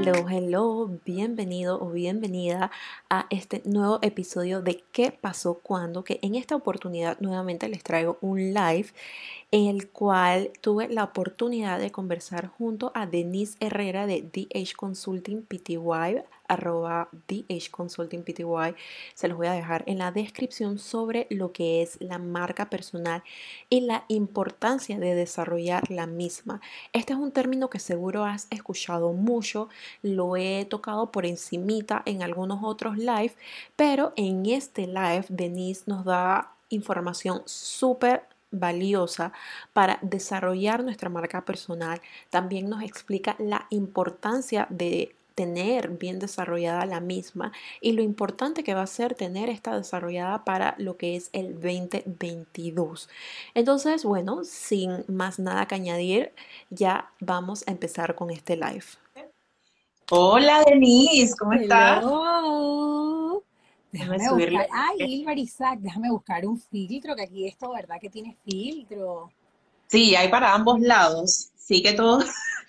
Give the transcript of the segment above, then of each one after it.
Hello, hello, bienvenido o bienvenida a este nuevo episodio de ¿Qué pasó cuando? Que en esta oportunidad nuevamente les traigo un live en el cual tuve la oportunidad de conversar junto a Denise Herrera de DH Consulting Pty, arroba DH Consulting Pty. Se los voy a dejar en la descripción sobre lo que es la marca personal y la importancia de desarrollar la misma. Este es un término que seguro has escuchado mucho, lo he tocado por encimita en algunos otros live, pero en este live Denise nos da información súper valiosa para desarrollar nuestra marca personal. También nos explica la importancia de tener bien desarrollada la misma y lo importante que va a ser tener esta desarrollada para lo que es el 2022. Entonces, bueno, sin más nada que añadir, ya vamos a empezar con este live. Hola Denise, ¿cómo estás? Hello. Déjame Déjame buscar. subirle. Ay, Ilvar Isaac, déjame buscar un filtro, que aquí esto, ¿verdad? Que tiene filtro. Sí, hay para ambos lados. Sí que todos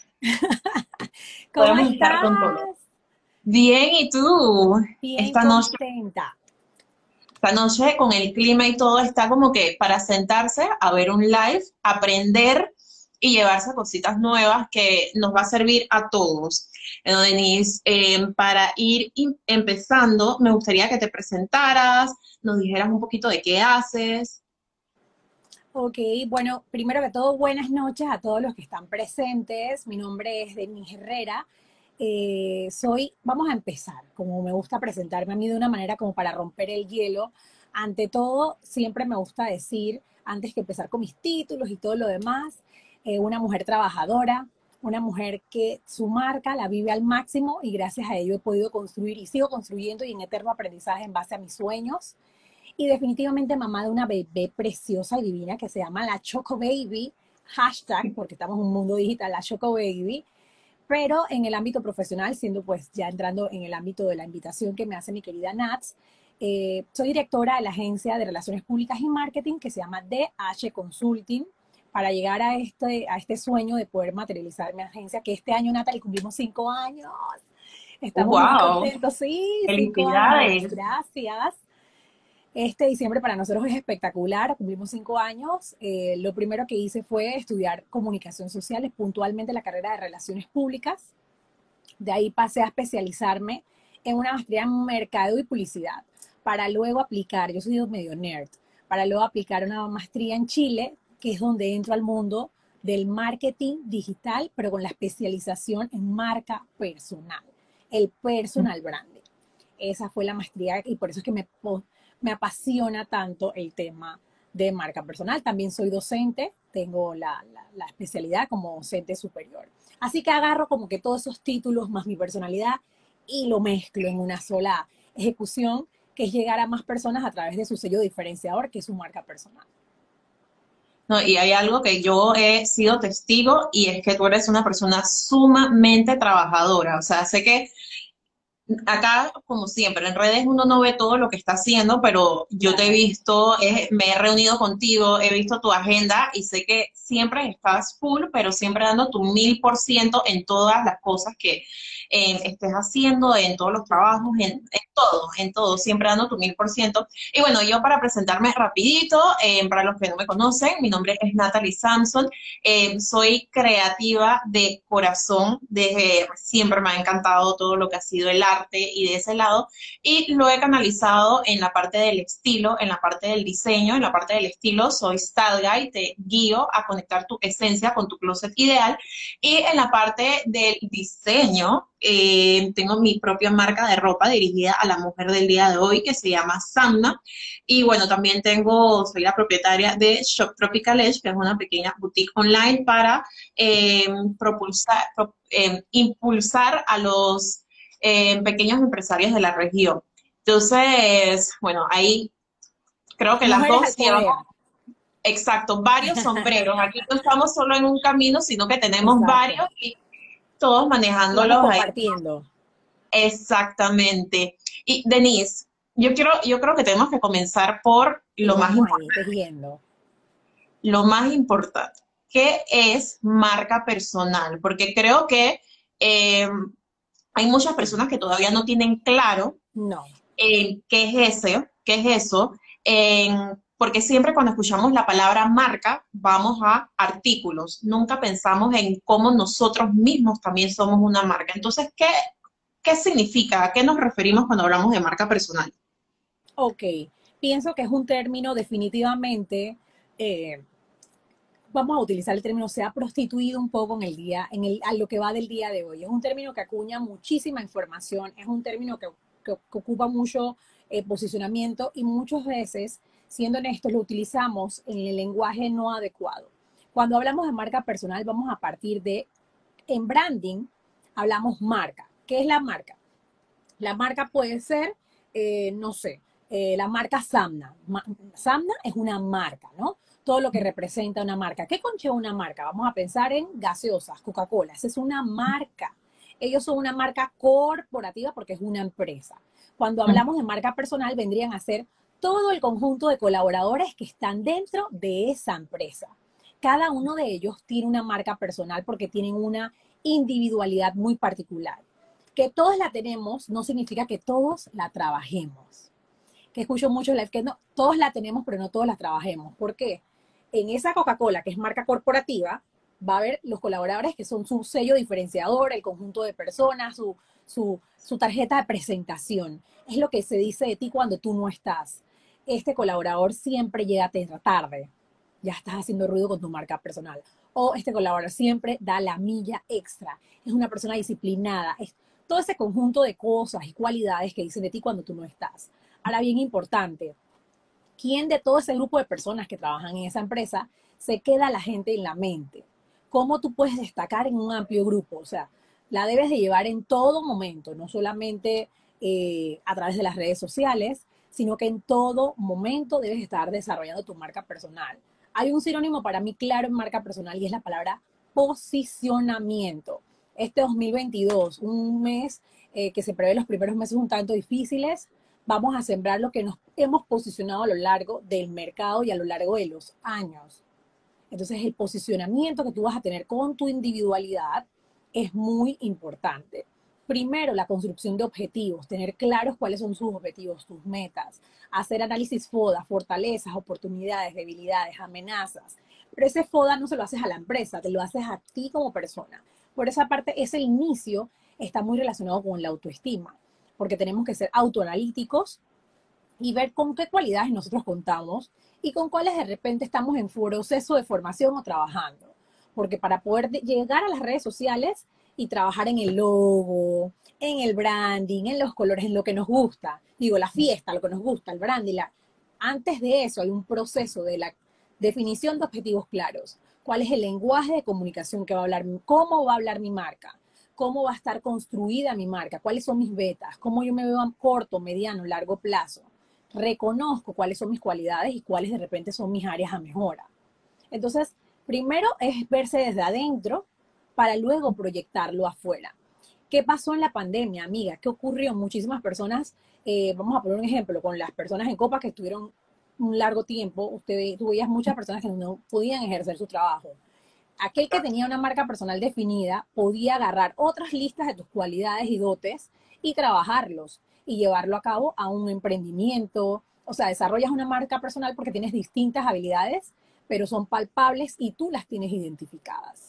¿Cómo podemos estar con todo. estás? Bien, ¿y tú? Bien Esta noche, contenta. esta noche con el clima y todo está como que para sentarse a ver un live, aprender y llevarse cositas nuevas que nos va a servir a todos. Denise, para ir empezando, me gustaría que te presentaras, nos dijeras un poquito de qué haces. Ok, bueno, primero que todo, buenas noches a todos los que están presentes. Mi nombre es Denise Herrera. Vamos a empezar, como me gusta presentarme a mí de una manera como para romper el hielo. Ante todo, siempre me gusta decir, antes que empezar con mis títulos y todo lo demás, una mujer trabajadora, una mujer que su marca la vive al máximo y gracias a ello he podido construir y sigo construyendo y en eterno aprendizaje en base a mis sueños. Y definitivamente mamá de una bebé preciosa y divina que se llama la Choco Baby, hashtag, porque estamos en un mundo digital, la Choco Baby, pero en el ámbito profesional, siendo pues ya entrando en el ámbito de la invitación que me hace mi querida Nats, soy directora de la agencia de Relaciones Públicas y Marketing que se llama DH Consulting, para llegar a este sueño de poder materializar mi agencia, que este año, Natalie, cumplimos 5 años. Estamos muy ¡Wow! contentos, sí, 5 años, ¡Felicidades! gracias. Este diciembre para nosotros es espectacular, cumplimos 5 años. Lo primero que hice fue estudiar comunicación social, puntualmente la carrera de relaciones públicas. De ahí pasé a especializarme en una maestría en mercado y publicidad, para luego aplicar, yo soy medio nerd, para luego aplicar una maestría en Chile, que es donde entro al mundo del marketing digital, pero con la especialización en marca personal, el personal branding. Esa fue la maestría y por eso es que me apasiona tanto el tema de marca personal. También soy docente, tengo la especialidad como docente superior. Así que agarro como que todos esos títulos más mi personalidad y lo mezclo en una sola ejecución, que es llegar a más personas a través de su sello diferenciador, que es su marca personal. No, y hay algo que yo he sido testigo y es que tú eres una persona sumamente trabajadora. O sea, sé que acá, como siempre, en redes uno no ve todo lo que está haciendo, pero yo te he Claro. visto, me he reunido contigo, he visto tu agenda y sé que siempre estás full, pero siempre dando tu 1000% en todas las cosas que estés haciendo, en todos los trabajos, en todo, siempre dando tu 1000%. Y bueno, yo para presentarme rapidito, para los que no me conocen, mi nombre es Natalie Samson, soy creativa de corazón, desde siempre me ha encantado todo lo que ha sido el arte y de ese lado, y lo he canalizado en la parte del estilo, en la parte del diseño, en la parte del estilo, soy style guide, te guío a conectar tu esencia con tu closet ideal, y en la parte del diseño, tengo mi propia marca de ropa dirigida a la mujer del día de hoy que se llama Samna. Y bueno, también soy la propietaria de Shop Tropical Edge, que es una pequeña boutique online para impulsar a los pequeños empresarios de la región. Entonces, bueno, ahí creo que las Mujeres dos al llevamos, poder. exacto, varios sombreros. Aquí no estamos solo en un camino, sino que tenemos Exacto. varios y todos Y vamos manejándolos ahí. compartiendo. Exactamente. Y Denise, yo creo que tenemos que comenzar por Sí, lo más vamos ahí, importante. tejiendo. Lo más importante, ¿qué es marca personal? Porque creo que eh, hay muchas personas que todavía no tienen claro No. qué es eso, porque siempre cuando escuchamos la palabra marca, vamos a artículos, nunca pensamos en cómo nosotros mismos también somos una marca. Entonces, ¿qué significa? ¿A qué nos referimos cuando hablamos de marca personal? Ok, pienso que es un término definitivamente, eh, vamos a utilizar el término, se ha prostituido un poco en el día, a lo que va del día de hoy. Es un término que acuña muchísima información, es un término que ocupa mucho posicionamiento y muchas veces, siendo honestos, lo utilizamos en el lenguaje no adecuado. Cuando hablamos de marca personal, vamos a partir de, en branding, hablamos marca. ¿Qué es la marca? La marca puede ser, no sé, la marca Samna. Samna es una marca, ¿no? Todo lo que representa una marca. ¿Qué conlleva una marca? Vamos a pensar en gaseosas, Coca-Cola. Esa es una marca. Ellos son una marca corporativa porque es una empresa. Cuando hablamos de marca personal, vendrían a ser todo el conjunto de colaboradores que están dentro de esa empresa. Cada uno de ellos tiene una marca personal porque tienen una individualidad muy particular. Que todos la tenemos no significa que todos la trabajemos. Que escucho mucho live que no, todos la tenemos, pero no todos la trabajemos. ¿Por qué? En esa Coca-Cola, que es marca corporativa, va a haber los colaboradores que son su sello diferenciador, el conjunto de personas, su tarjeta de presentación. Es lo que se dice de ti cuando tú no estás. Este colaborador siempre llega tarde. Ya estás haciendo ruido con tu marca personal. O este colaborador siempre da la milla extra. Es una persona disciplinada. Es todo ese conjunto de cosas y cualidades que dicen de ti cuando tú no estás. Ahora, bien importante, ¿quién de todo ese grupo de personas que trabajan en esa empresa se queda la gente en la mente? ¿Cómo tú puedes destacar en un amplio grupo? O sea, la debes de llevar en todo momento, no solamente a través de las redes sociales, sino que en todo momento debes estar desarrollando tu marca personal. Hay un sinónimo para mí claro en marca personal y es la palabra posicionamiento. Este 2022, un mes que se prevé los primeros meses un tanto difíciles, vamos a sembrar lo que nos hemos posicionado a lo largo del mercado y a lo largo de los años. Entonces, el posicionamiento que tú vas a tener con tu individualidad es muy importante. Primero, la construcción de objetivos, tener claros cuáles son sus objetivos, tus metas, hacer análisis FODA, fortalezas, oportunidades, debilidades, amenazas. Pero ese FODA no se lo haces a la empresa, te lo haces a ti como persona. Por esa parte, ese inicio está muy relacionado con la autoestima, porque tenemos que ser autoanalíticos y ver con qué cualidades nosotros contamos y con cuáles de repente estamos en proceso de formación o trabajando. Porque para poder llegar a las redes sociales y trabajar en el logo, en el branding, en los colores, en lo que nos gusta, digo, la fiesta, lo que nos gusta, el branding, antes de eso hay un proceso de la definición de objetivos claros. ¿Cuál es el lenguaje de comunicación que va a hablar, cómo va a hablar mi marca? ¿Cómo va a estar construida mi marca? ¿Cuáles son mis betas? ¿Cómo yo me veo a corto, mediano, largo plazo? Reconozco cuáles son mis cualidades y cuáles de repente son mis áreas a mejora. Entonces, primero es verse desde adentro para luego proyectarlo afuera. ¿Qué pasó en la pandemia, amiga? ¿Qué ocurrió? Muchísimas personas, vamos a poner un ejemplo, con las personas en Copa que estuvieron un largo tiempo, tú veías muchas personas que no podían ejercer su trabajo. Aquel que tenía una marca personal definida podía agarrar otras listas de tus cualidades y dotes y trabajarlos y llevarlo a cabo a un emprendimiento. O sea, desarrollas una marca personal porque tienes distintas habilidades, pero son palpables y tú las tienes identificadas.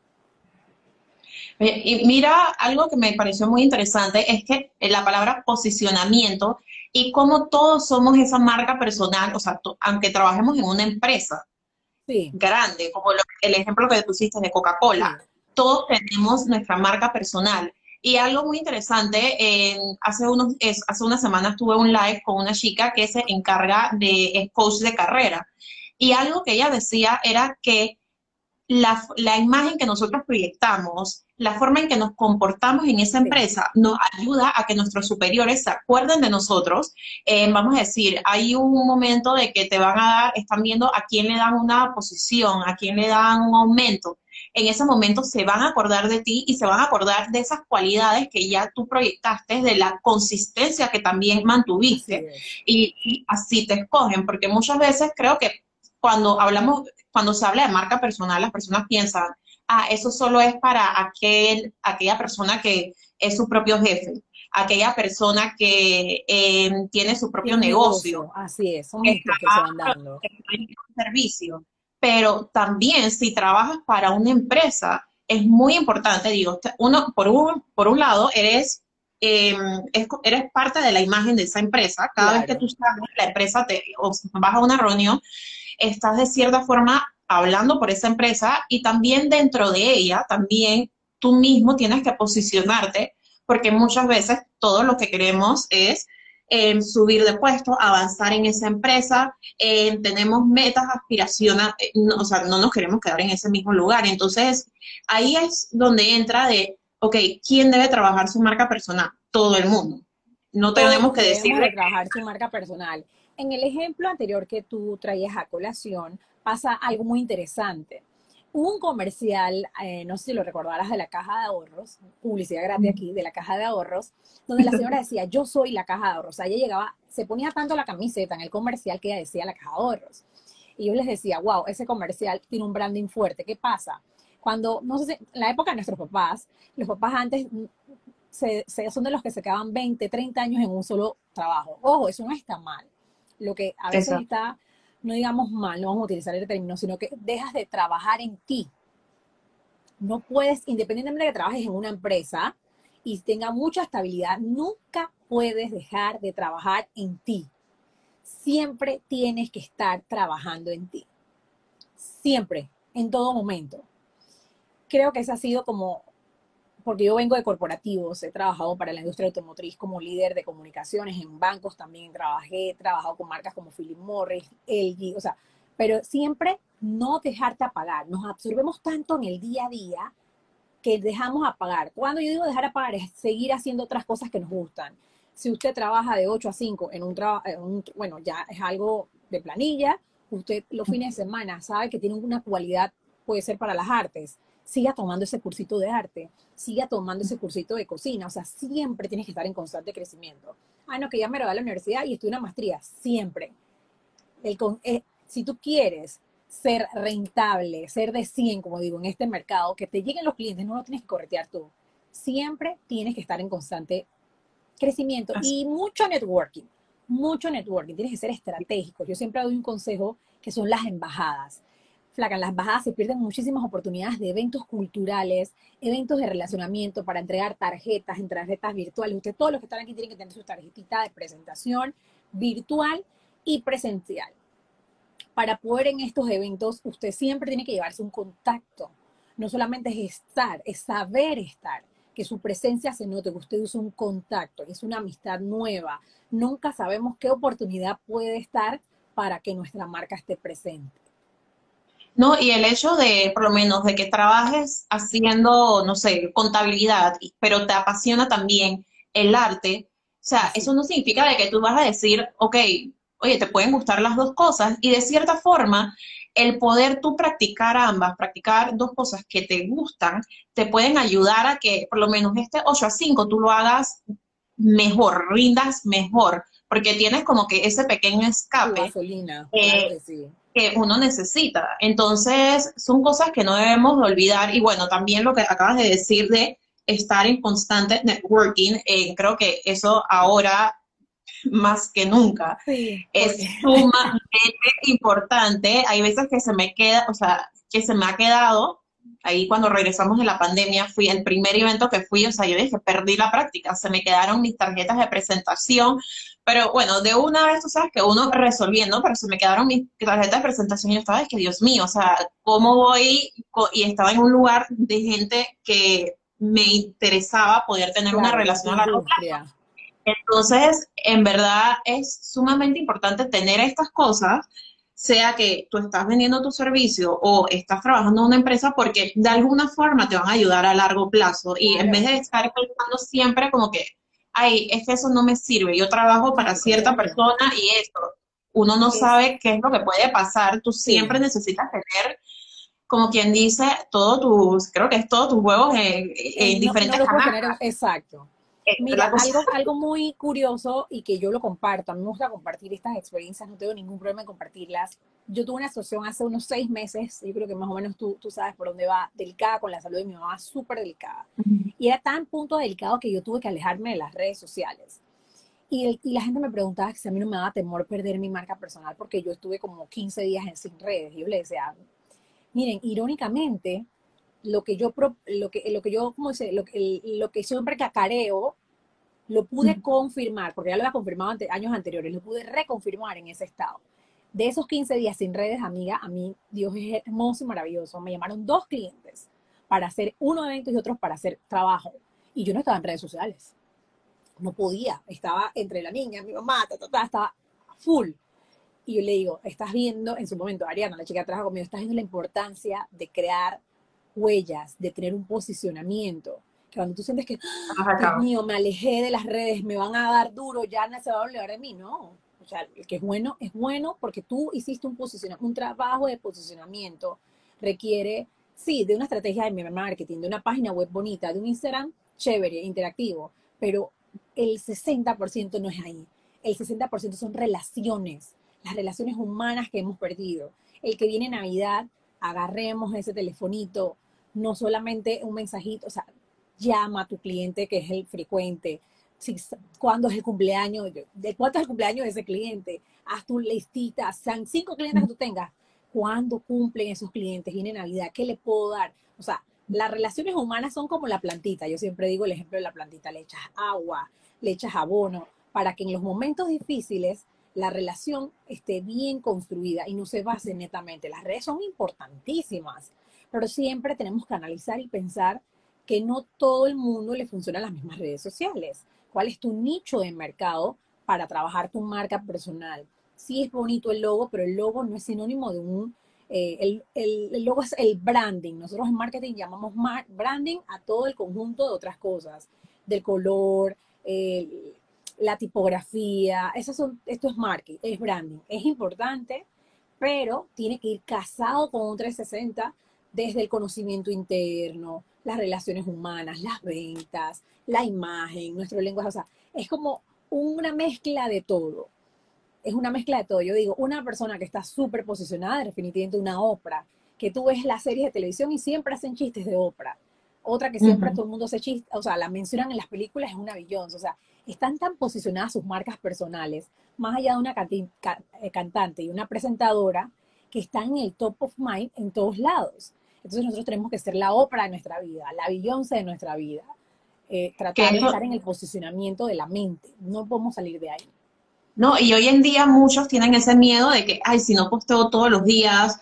Y mira, algo que me pareció muy interesante es que la palabra posicionamiento y cómo todos somos esa marca personal, o sea, aunque trabajemos en una empresa Sí, grande, como el ejemplo que pusiste de Coca-Cola, sí. todos tenemos nuestra marca personal. Y algo muy interesante, hace unas semanas tuve un live con una chica que se encarga es coach de carrera. Y algo que ella decía era que la imagen que nosotros proyectamos, la forma en que nos comportamos en esa Sí, empresa, nos ayuda a que nuestros superiores se acuerden de nosotros. Vamos a decir, hay un momento de que te van a dar, están viendo a quién le dan una posición, a quién le dan un aumento. En ese momento se van a acordar de ti y se van a acordar de esas cualidades que ya tú proyectaste, de la consistencia que también así mantuviste es. y así te escogen, porque muchas veces creo que cuando se habla de marca personal, las personas piensan, eso solo es para aquella persona es su propio jefe, aquella persona que tiene su propio Tiene un negocio, negocio, así es, son que ejemplos que se van está dando. en un servicio. Pero también si trabajas para una empresa, es muy importante, digo, uno, por un lado, eres parte de la imagen de esa empresa. Cada vez que tú Claro. estás en la empresa o vas a una reunión, estás de cierta forma hablando por esa empresa y también dentro de ella, también tú mismo tienes que posicionarte, porque muchas veces todo lo que queremos es subir de puesto, avanzar en esa empresa, tenemos metas, aspiraciones, no, o sea, no nos queremos quedar en ese mismo lugar. Entonces, ahí es donde entra de, ok, ¿quién debe trabajar su marca personal? Todo el mundo. No tenemos Todos que decir debemos de de trabajar su marca personal. En el ejemplo anterior que tú traías a colación, pasa algo muy interesante. Hubo un comercial, no sé si lo recordarás, de la Caja de Ahorros, publicidad gratis aquí, de la Caja de Ahorros, donde la señora decía, yo soy la Caja de Ahorros. O sea, ella llegaba, se ponía tanto la camiseta en el comercial que ella decía la Caja de Ahorros. Y yo les decía, wow, ese comercial tiene un branding fuerte. ¿Qué pasa? Cuando, no sé si, en la época de nuestros papás, los papás antes son de los que se quedaban 20, 30 años en un solo trabajo. Ojo, eso no está mal. Lo que a veces eso. está, no digamos mal, no vamos a utilizar el término, sino que dejas de trabajar en ti. No puedes, independientemente de que trabajes en una empresa y tenga mucha estabilidad, nunca puedes dejar de trabajar en ti. Siempre tienes que estar trabajando en ti. Siempre, en todo momento. Creo que esa ha sido como, porque yo vengo de corporativos, he trabajado para la industria automotriz como líder de comunicaciones, en bancos también trabajé, he trabajado con marcas como Philip Morris, LG, o sea, pero siempre no dejarte apagar. Nos absorbemos tanto en el día a día que dejamos apagar. Cuando yo digo dejar apagar es seguir haciendo otras cosas que nos gustan. Si usted trabaja de 8 a 5 en bueno, ya es algo de planilla, usted los fines de semana sabe que tiene una cualidad, puede ser para las artes, siga tomando ese cursito de arte, siga tomando ese cursito de cocina, o sea, siempre tienes que estar en constante crecimiento. Ah, no, que ya me gradué de la universidad y estudié una maestría, siempre. Si tú quieres ser rentable, ser de 100, como digo, en este mercado, que te lleguen los clientes, no lo tienes que corretear tú. Siempre tienes que estar en constante crecimiento y mucho networking, tienes que ser estratégico. Yo siempre doy un consejo que son las embajadas. Flaca, en las embajadas se pierden muchísimas oportunidades de eventos culturales, eventos de relacionamiento para entregar tarjetas, en tarjetas virtuales. Ustedes, todos los que están aquí tienen que tener su tarjetita de presentación virtual y presencial. Para poder en estos eventos, usted siempre tiene que llevarse un contacto. No solamente es estar, es saber estar, que su presencia se note, que usted use un contacto, es una amistad nueva. Nunca sabemos qué oportunidad puede estar para que nuestra marca esté presente. No, y el hecho de, por lo menos, de que trabajes haciendo, no sé, contabilidad, pero te apasiona también el arte, o sea, Así, eso no significa de que tú vas a decir, ok, oye, te pueden gustar las dos cosas, y de cierta forma, el poder tú practicar ambas, practicar dos cosas que te gustan, te pueden ayudar a que, por lo menos, este 8 a 5 tú lo hagas mejor, rindas mejor, porque tienes como que ese pequeño tu escape gasolina, claro eh, que sí. que uno necesita. Entonces, son cosas que no debemos de olvidar. Y bueno, también lo que acabas de decir de estar en constante networking, creo que eso ahora más que nunca Sí, porque es sumamente importante. Hay veces que se me queda, o sea, que se me ha quedado, ahí cuando regresamos de la pandemia, fui el primer evento que fui, o sea, yo dije, perdí la práctica, se me quedaron mis tarjetas de presentación, pero bueno, de una vez tú sabes que uno resolviendo, pero se me quedaron mis tarjetas de presentación y yo estaba, es que Dios mío, o sea, ¿cómo voy? Y estaba en un lugar de gente que me interesaba poder tener una claro, de tu relación a largo plazo. industria. Entonces, en verdad es sumamente importante tener estas cosas, sea que tú estás vendiendo tu servicio o estás trabajando en una empresa, porque de alguna forma te van a ayudar a largo plazo. Y en vez Claro, de estar pensando siempre como que, ay, es que eso no me sirve, yo trabajo no, para al cierta contrario. persona y esto, uno no Es, sabe qué es lo que puede pasar, tú siempre sí, necesitas tener, como quien dice, todos tus, creo que es todos tus huevos en no, no diferentes lo puedes tener, canastas. exacto. Mira, la cosa. algo muy curioso y que yo lo comparto, a mí me gusta compartir estas experiencias, no tengo ningún problema en compartirlas. Yo tuve una situación hace unos 6 meses, yo creo que más o menos tú sabes por dónde va, delicada con la salud de mi mamá, súper delicada. Y era tan punto delicado que yo tuve que alejarme de las redes sociales. Y la gente me preguntaba si a mí no me daba temor perder mi marca personal porque yo estuve como 15 días sin redes. Y yo le decía, miren, irónicamente, ¿cómo dice? Lo que siempre cacareo, lo pude confirmar, porque ya lo había confirmado años anteriores, lo pude reconfirmar en ese estado. De esos 15 días sin redes, amiga, a mí Dios es hermoso y maravilloso. Me llamaron 2 clientes para hacer unos eventos y otros para hacer trabajo. Y yo no estaba en redes sociales. No podía. Estaba entre la niña, mi mamá, estaba full. Y yo le digo, estás viendo, en su momento, Ariana, la chica que trabaja conmigo, estás viendo la importancia de crear huellas, de tener un posicionamiento. Que cuando tú sientes que, Dios mío, me alejé de las redes, me van a dar duro, ya no se va a olvidar de mí, no. O sea, el que es bueno porque tú hiciste un trabajo de posicionamiento. Requiere, sí, de una estrategia de marketing, de una página web bonita, de un Instagram chévere, interactivo, pero el 60% no es ahí. El 60% son relaciones, las relaciones humanas que hemos perdido. El que viene Navidad, agarremos ese telefonito, no solamente un mensajito, o sea, llama a tu cliente que es el frecuente. Si, ¿Cuándo es el cumpleaños? ¿De cuánto es el cumpleaños de ese cliente? Haz tu listita, sean 5 clientes que tú tengas. ¿Cuándo cumplen esos clientes? Viene Navidad, ¿qué le puedo dar? O sea, las relaciones humanas son como la plantita. Yo siempre digo el ejemplo de la plantita. Le echas agua, le echas abono, para que en los momentos difíciles la relación esté bien construida y no se base netamente. Las redes son importantísimas, pero siempre tenemos que analizar y pensar que no todo el mundo le funcionan las mismas redes sociales. ¿Cuál es tu nicho de mercado para trabajar tu marca personal? Sí es bonito el logo, pero el logo no es sinónimo de un... el logo es el branding. Nosotros en marketing llamamos branding a todo el conjunto de otras cosas, del color, la tipografía, esto es marketing, es branding. Es importante, pero tiene que ir casado con un 360 desde el conocimiento interno, las relaciones humanas, las ventas, la imagen, nuestro lenguaje. O sea, es como una mezcla de todo. Es una mezcla de todo. Yo digo, una persona que está súper posicionada, definitivamente una Oprah, que tú ves las series de televisión y siempre hacen chistes de Oprah. Otra que siempre todo el mundo hace chistes, o sea, la mencionan en las películas, es una Beyoncé. O sea, están tan posicionadas sus marcas personales, más allá de una cantante y una presentadora, que están en el top of mind en todos lados. Entonces nosotros tenemos que ser la Oprah de nuestra vida, la Beyoncé de nuestra vida. Que Tratar de eso, estar en el posicionamiento de la mente. No podemos salir de ahí. no, y hoy en día muchos tienen ese miedo de que, ay, si no posteo todos los días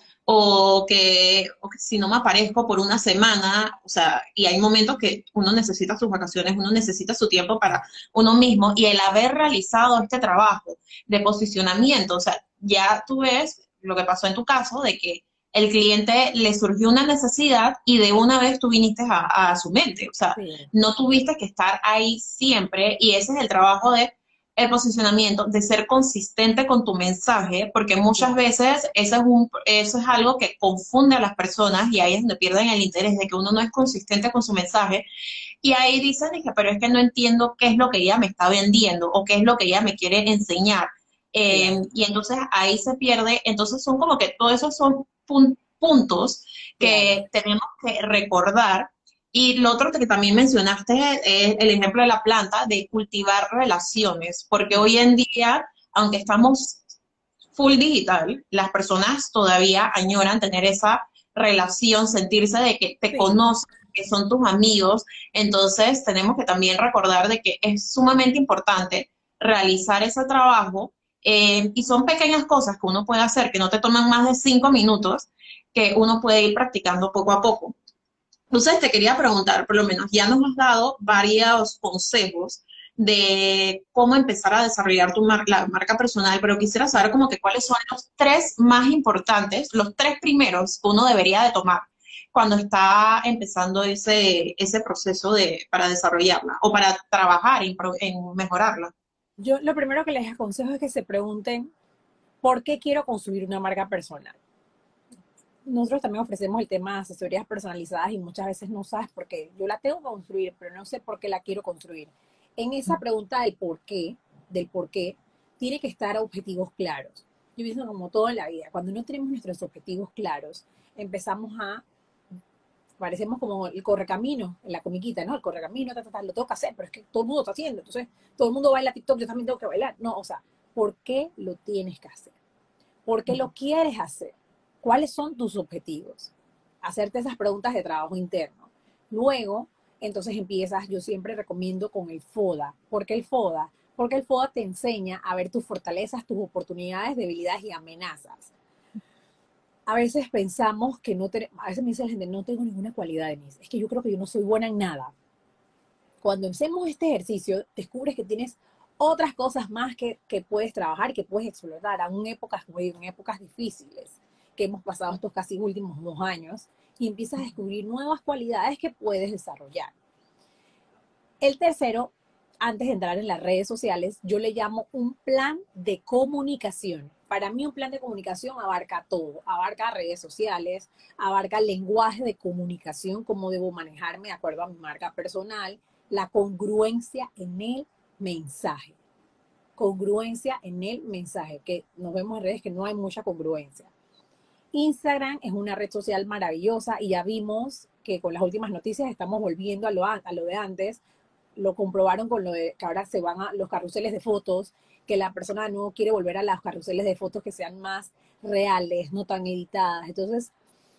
o que si no me aparezco por una semana, o sea, y hay momentos que uno necesita sus vacaciones, uno necesita su tiempo para uno mismo y el haber realizado este trabajo de posicionamiento, o sea, ya tú ves lo que pasó en tu caso de que el cliente le surgió una necesidad y de una vez tú viniste a su mente, o sea, Sí, no tuviste que estar ahí siempre y ese es el trabajo de el posicionamiento, de ser consistente con tu mensaje, porque muchas claro. veces eso es algo que confunde a las personas y ahí es donde pierden el interés de que uno no es consistente con su mensaje y ahí dicen, dije, pero es que no entiendo qué es lo que ella me está vendiendo o qué es lo que ella me quiere enseñar. Claro, Y entonces ahí se pierde, entonces son como que todos esos son puntos claro. que tenemos que recordar y lo otro que también mencionaste es el ejemplo de la planta, de cultivar relaciones, porque hoy en día, aunque estamos full digital, las personas todavía añoran tener esa relación, sentirse de que te Sí, conocen, que son tus amigos, entonces tenemos que también recordar de que es sumamente importante realizar ese trabajo y son pequeñas cosas que uno puede hacer que no te toman más de 5 minutos, que uno puede ir practicando poco a poco. Entonces te quería preguntar, por lo menos ya nos has dado varios consejos de cómo empezar a desarrollar la marca personal, pero quisiera saber como que cuáles son los tres más importantes, los tres primeros que uno debería de tomar cuando está empezando ese proceso para desarrollarla o para trabajar en mejorarla. yo lo primero que les aconsejo es que se pregunten, ¿por qué quiero construir una marca personal? Nosotros también ofrecemos el tema de asesorías personalizadas y muchas veces no sabes por qué. Yo la tengo que construir, pero no sé por qué la quiero construir. en esa pregunta del por qué, tiene que estar objetivos claros. Yo pienso como todo en la vida, cuando no tenemos nuestros objetivos claros, empezamos a, parecemos como el correcamino, en la comiquita, ¿no? El correcamino, lo tengo que hacer, pero es que todo el mundo está haciendo, entonces todo el mundo baila TikTok, yo también tengo que bailar. No, o sea, ¿por qué lo tienes que hacer? ¿Por qué lo quieres hacer? ¿Cuáles son tus objetivos? Hacerte esas preguntas de trabajo interno. Luego, entonces empiezas, yo siempre recomiendo con el FODA. ¿Por qué el FODA? Porque el FODA te enseña a ver tus fortalezas, tus oportunidades, debilidades y amenazas. A veces pensamos que no tenemos, a veces me dice la gente, no tengo ninguna cualidad, Denise. Es que yo creo que yo no soy buena en nada. Cuando hacemos este ejercicio, descubres que tienes otras cosas más que puedes trabajar, que puedes explotar, aún en épocas, como digo, en épocas difíciles que hemos pasado estos casi últimos 2 años, y empiezas a descubrir nuevas cualidades que puedes desarrollar. El tercero, antes de entrar en las redes sociales, yo le llamo un plan de comunicación. Para mí un plan de comunicación abarca todo, abarca redes sociales, abarca el lenguaje de comunicación, cómo debo manejarme de acuerdo a mi marca personal, la congruencia en el mensaje. Congruencia en el mensaje, que nos vemos en redes que no hay mucha congruencia. Instagram es una red social maravillosa y ya vimos que con las últimas noticias estamos volviendo a lo de antes. Lo comprobaron con lo de que ahora se van a los carruseles de fotos, que la persona no quiere volver a los carruseles de fotos que sean más reales, no tan editadas. Entonces,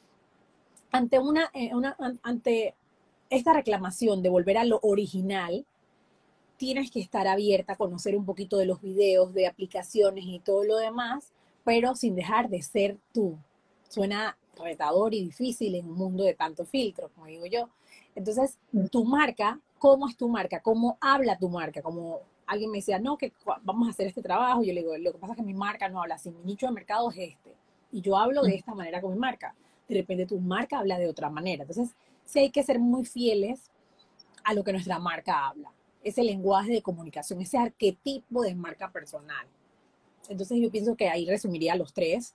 ante ante esta reclamación de volver a lo original, tienes que estar abierta a conocer un poquito de los videos, de aplicaciones y todo lo demás, pero sin dejar de ser tú. Suena retador y difícil en un mundo de tantos filtros, como digo yo. Entonces, tu marca, ¿cómo es tu marca? ¿Cómo habla tu marca? Como alguien me decía, no, que vamos a hacer este trabajo. Yo le digo, lo que pasa es que mi marca no habla así, mi nicho de mercado es este. Y yo hablo de esta manera con mi marca. De repente tu marca habla de otra manera. Entonces, sí hay que ser muy fieles a lo que nuestra marca habla. Ese lenguaje de comunicación, ese arquetipo de marca personal. Entonces yo pienso que ahí resumiría los tres,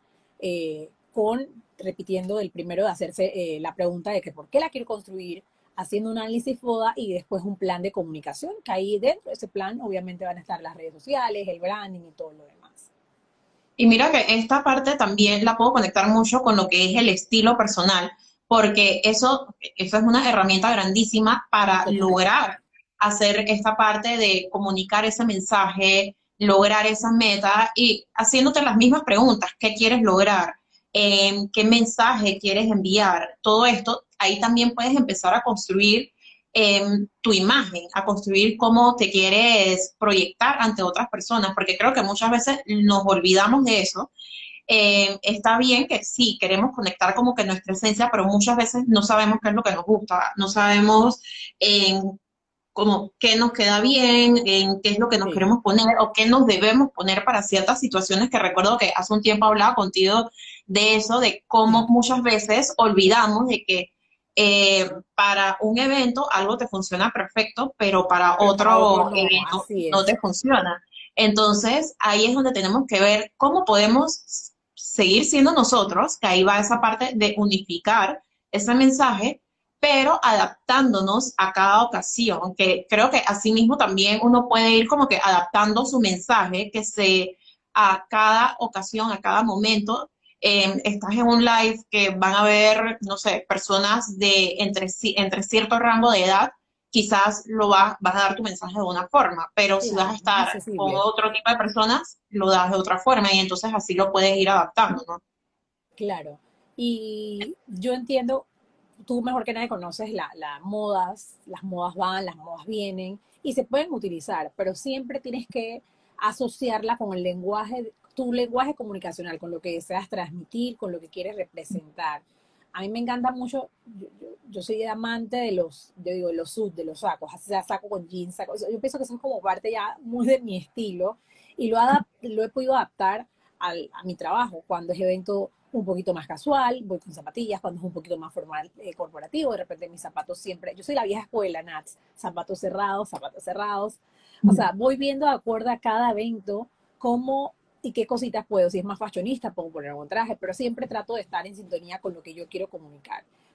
repitiendo el primero de hacerse la pregunta de que por qué la quiero construir, haciendo un análisis FODA y después un plan de comunicación, que ahí dentro de ese plan obviamente van a estar las redes sociales, el branding y todo lo demás. Y mira que esta parte también la puedo conectar mucho con lo que es el estilo personal, porque eso es una herramienta grandísima para Total. lograr hacer esta parte de comunicar ese mensaje, lograr esa meta y haciéndote las mismas preguntas, ¿qué quieres lograr? ¿Qué mensaje quieres enviar? Todo esto, ahí también puedes empezar a construir tu imagen, a construir cómo te quieres proyectar ante otras personas, porque creo que muchas veces nos olvidamos de eso. Está bien que sí, queremos conectar como que nuestra esencia, pero muchas veces no sabemos qué es lo que nos gusta, no sabemos como qué nos queda bien, en qué es lo que nos Sí, queremos poner o qué nos debemos poner para ciertas situaciones que recuerdo que hace un tiempo hablaba contigo de eso, de cómo sí. muchas veces olvidamos de que para un evento algo te funciona perfecto, pero para Pero para otro otro no, evento así no es. te funciona. Entonces, ahí es donde tenemos que ver cómo podemos seguir siendo nosotros, que ahí va esa parte de unificar ese mensaje, pero adaptándonos a cada ocasión, que creo que asimismo también uno puede ir como que adaptando su mensaje, que se a cada ocasión, a cada momento, estás en un live que van a ver, no sé, personas de entre cierto rango de edad, quizás vas a dar tu mensaje de una forma, pero si vas a Claro, más estar con accesible. otro tipo de personas, lo das de otra forma y entonces así lo puedes ir adaptando, ¿no? Claro. Y yo entiendo, tú mejor que nadie conoces las modas van, las modas vienen y se pueden utilizar, pero siempre tienes que asociarla con el lenguaje, tu lenguaje comunicacional, con lo que deseas transmitir, con lo que quieres representar. A mí me encanta mucho, yo soy amante yo digo, de los suits, de los sacos, así sea saco con jeans, saco, yo pienso que son como parte ya muy de mi estilo y lo he podido adaptar a mi trabajo, cuando es evento un poquito más casual, voy con zapatillas, cuando es un poquito más formal, corporativo, de repente mis zapatos siempre, yo soy la vieja escuela, Nats, zapatos cerrados, o sea, voy viendo de acuerdo a cada evento cómo y qué cositas puedo, si es más fashionista puedo poner un traje, pero siempre trato de estar en sintonía con lo que yo quiero comunicar.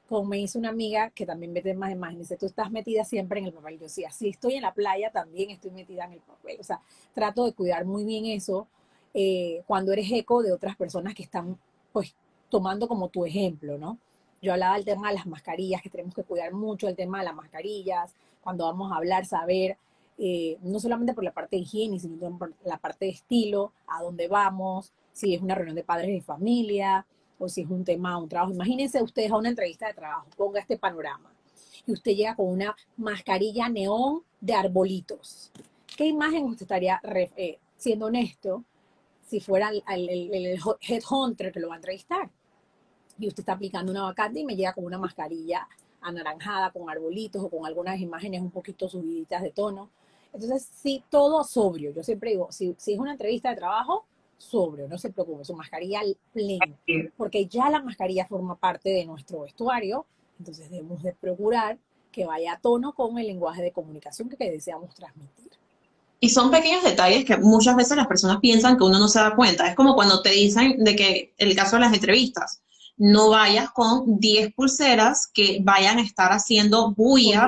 como me hizo una amiga que también mete más imágenes, dice, tú estás metida siempre en el papel. Yo decía, si estoy en la playa, también estoy metida en el papel. O sea, trato de cuidar muy bien eso cuando eres eco de otras personas que están, pues, tomando como tu ejemplo, ¿no? Yo hablaba del tema de las mascarillas, que tenemos que cuidar mucho el tema de las mascarillas, cuando vamos a hablar, saber, no solamente por la parte de higiene, sino también por la parte de estilo, a dónde vamos, si es una reunión de padres de familia, o si es un tema, un trabajo. Imagínense ustedes a una entrevista de trabajo, ponga este panorama, y usted llega con una mascarilla neón de arbolitos. ¿Qué imagen usted estaría, siendo honesto, si fuera el headhunter que lo va a entrevistar? Y usted está aplicando una vacante y me llega con una mascarilla anaranjada, con arbolitos o con algunas imágenes un poquito subiditas de tono. Entonces, sí, todo sobrio. Yo siempre digo, si es una entrevista de trabajo, sobrio, no se preocupe, su mascarilla plena, porque ya la mascarilla forma parte de nuestro vestuario, entonces debemos de procurar que vaya a tono con el lenguaje de comunicación que deseamos transmitir. Y son pequeños detalles que muchas veces las personas piensan que uno no se da cuenta. Es como cuando te dicen de que el caso de las entrevistas, no vayas con 10 pulseras que vayan a estar haciendo bulla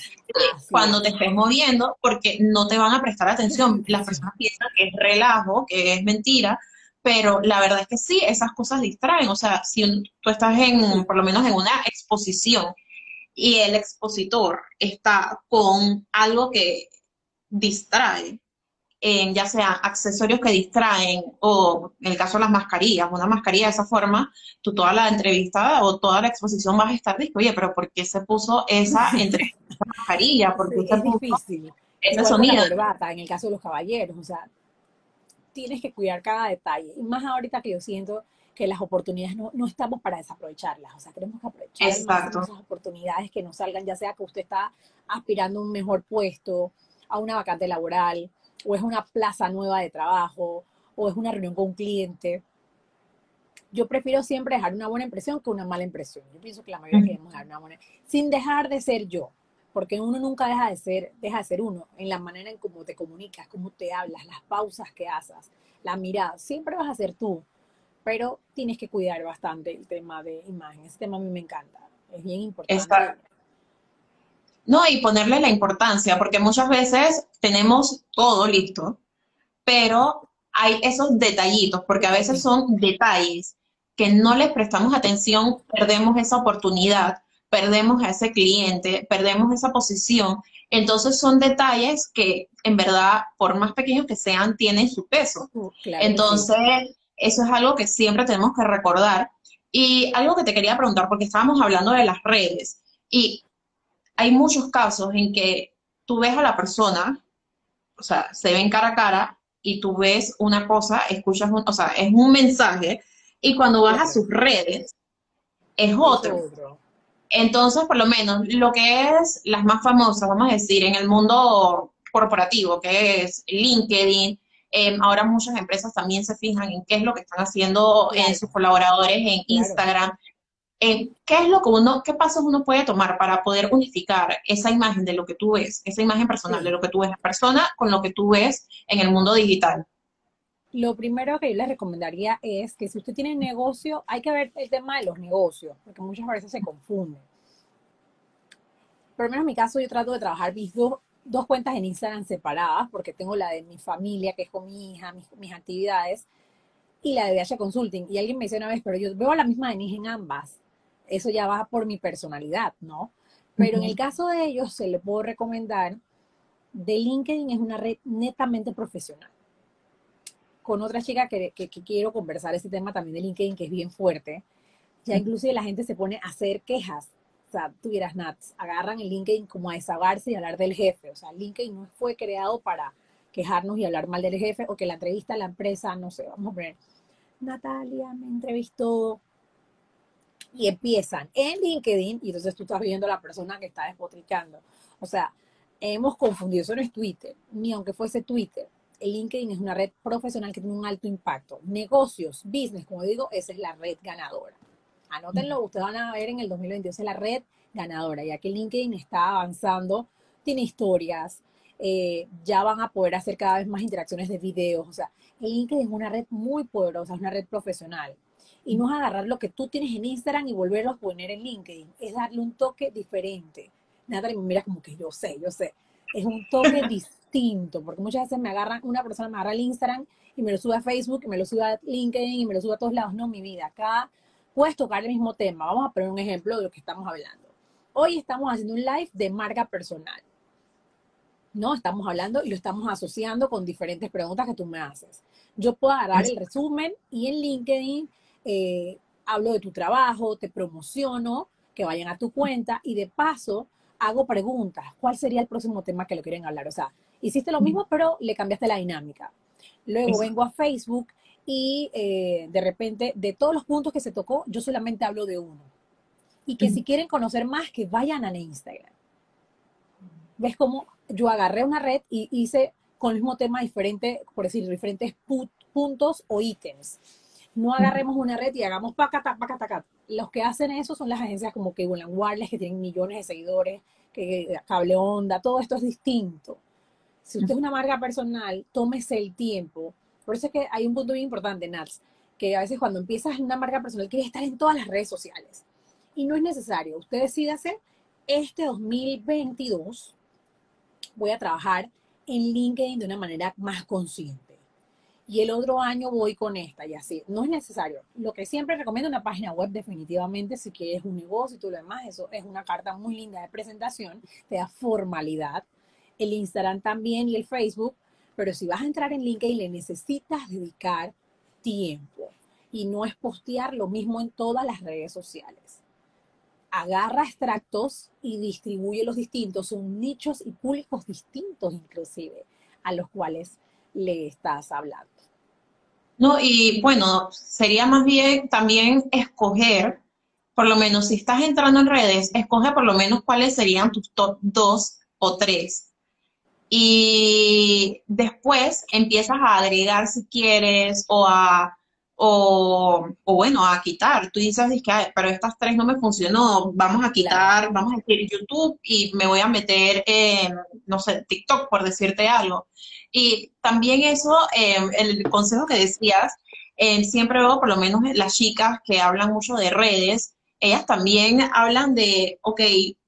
Así cuando es. te estés moviendo, porque no te van a prestar atención. Las personas piensan que es relajo, que es mentira, pero la verdad es que sí, esas cosas distraen. O sea, si tú estás en, por lo menos en una exposición y el expositor está con algo que distrae, ya sea accesorios que distraen o en el caso de las mascarillas, una mascarilla de esa forma, tú toda la entrevista o toda la exposición vas a estar diciendo, oye, pero ¿por qué se puso esa mascarilla? ¿Por Sí, qué se es puso difícil. ese Igual con la sonido? corbata, en el caso de los caballeros, o sea, tienes que cuidar cada detalle. Y más ahorita que yo siento que las oportunidades no estamos para desaprovecharlas. O sea, tenemos que aprovechar al máximo Exacto. esas oportunidades que nos salgan, ya sea que usted está aspirando a un mejor puesto, a una vacante laboral, o es una plaza nueva de trabajo, o es una reunión con un cliente. Yo prefiero siempre dejar una buena impresión que una mala impresión. Yo pienso que la mayoría queremos dejar una buena, sin dejar de ser yo, porque uno nunca deja de ser uno, en la manera en cómo te comunicas, cómo te hablas, las pausas que haces, la mirada, siempre vas a ser tú, pero tienes que cuidar bastante el tema de imagen. Ese tema a mí me encanta, es bien importante. Exacto. No, y ponerle la importancia, porque muchas veces tenemos todo listo, pero hay esos detallitos, porque a veces Detallitos. son detalles que no les prestamos atención, perdemos esa oportunidad, perdemos a ese cliente, perdemos esa posición. Entonces son detalles que en verdad, por más pequeños que sean, tienen su peso. Claro que sí. Entonces, eso es algo que siempre tenemos que recordar. Y algo que te quería preguntar, porque estábamos hablando de las redes, y hay muchos casos en que tú ves a la persona, o sea, se ven cara a cara y tú ves una cosa, escuchas o sea, es un mensaje y cuando vas a Claro, sus redes es es otro. otro. Entonces, por lo menos, lo que es las más famosas, vamos a decir, en el mundo corporativo, que es LinkedIn, ahora muchas empresas también se fijan en qué es lo que están haciendo en Claro, sus colaboradores en claro. Instagram. ¿Qué es lo que qué pasos uno puede tomar para poder unificar esa imagen de lo que tú ves, esa imagen personal de Sí. lo que tú ves en persona con lo que tú ves en el mundo digital? Lo primero que yo les recomendaría es que si usted tiene negocio, hay que ver el tema de los negocios, porque muchas veces se confunden. Por lo menos en mi caso, yo trato de trabajar mis dos cuentas en Instagram separadas, porque tengo la de mi familia, que es con mi hija, mis actividades, y la de DH Consulting. Y alguien me dice una vez, pero yo veo la misma de en ambas. Eso ya va por mi personalidad, ¿no? Pero en el Ujú. caso de ellos, se le puedo recomendar, de LinkedIn es una red netamente profesional. Con otra chica que quiero conversar ese tema también de LinkedIn, que es bien fuerte, ya inclusive la gente se pone a hacer quejas. O sea, tuvieras Nats, agarran el LinkedIn como a desahogarse y hablar del jefe. O sea, LinkedIn no fue creado para quejarnos y hablar mal del jefe o que la entrevista a la empresa, no sé, vamos a poner, Natalia me entrevistó y empiezan en LinkedIn y entonces tú estás viendo a la persona que está despotricando. O sea, hemos confundido, eso no es Twitter, ni aunque fuese Twitter. El LinkedIn es una red profesional que tiene un alto impacto. Negocios, business, como digo, esa es la red ganadora. Anótenlo, ustedes van a ver en el 2022 es la red ganadora, ya que LinkedIn está avanzando, tiene historias, ya van a poder hacer cada vez más interacciones de videos. O sea, el LinkedIn es una red muy poderosa, es una red profesional. Y no es agarrar lo que tú tienes en Instagram y volverlo a poner en LinkedIn, es darle un toque diferente. Natalie me mira como que yo sé. Es un toque distinto, porque muchas veces una persona me agarra el Instagram y me lo sube a Facebook, y me lo sube a LinkedIn, y me lo sube a todos lados. No, mi vida, acá puedes tocar el mismo tema. Vamos a poner un ejemplo de lo que estamos hablando. Hoy estamos haciendo un live de marca personal. No, estamos hablando y lo estamos asociando con diferentes preguntas que tú me haces. Yo puedo agarrar el resumen y en LinkedIn hablo de tu trabajo, te promociono, que vayan a tu cuenta y de paso hago preguntas. ¿Cuál sería el próximo tema que lo quieren hablar? O sea, hiciste lo mismo, pero le cambiaste la dinámica. Luego vengo a Facebook y de repente, de todos los puntos que se tocó, yo solamente hablo de uno. Y que si quieren conocer más, que vayan al Instagram. ¿Ves cómo yo agarré una red y hice con el mismo tema diferente, por decir, diferentes puntos o ítems? No agarremos una red y hagamos pacata, pacata. Los que hacen eso son las agencias como Cable & Wireless, que tienen millones de seguidores, que Cable Onda, todo esto es distinto. Si usted es una marca personal, tómese el tiempo. Por eso es que hay un punto muy importante, Nats, que a veces cuando empiezas una marca personal quieres estar en todas las redes sociales. Y no es necesario. Usted decídase, este 2022 voy a trabajar en LinkedIn de una manera más consciente. Y el otro año voy con esta y así. No es necesario. Lo que siempre recomiendo, una página web definitivamente, si quieres un negocio y todo lo demás, eso es una carta muy linda de presentación, te da formalidad. El Instagram también y el Facebook, pero si vas a entrar en LinkedIn le necesitas dedicar tiempo. Y no es postear lo mismo en todas las redes sociales. Agarra extractos y distribuye los distintos, son nichos y públicos distintos inclusive a los cuales le estás hablando. No, y bueno, sería más bien también escoger, por lo menos si estás entrando en redes, escoge por lo menos cuáles serían tus top 2 o 3. Y después empiezas a agregar si quieres o bueno, a quitar. Tú dices, que, "Ay, pero estas 3 no me funcionó, vamos a Claro. quitar, vamos a decir YouTube y me voy a meter en, no sé, TikTok, por decirte algo". Y también eso, el consejo que decías, siempre veo por lo menos las chicas que hablan mucho de redes, ellas también hablan de, ok,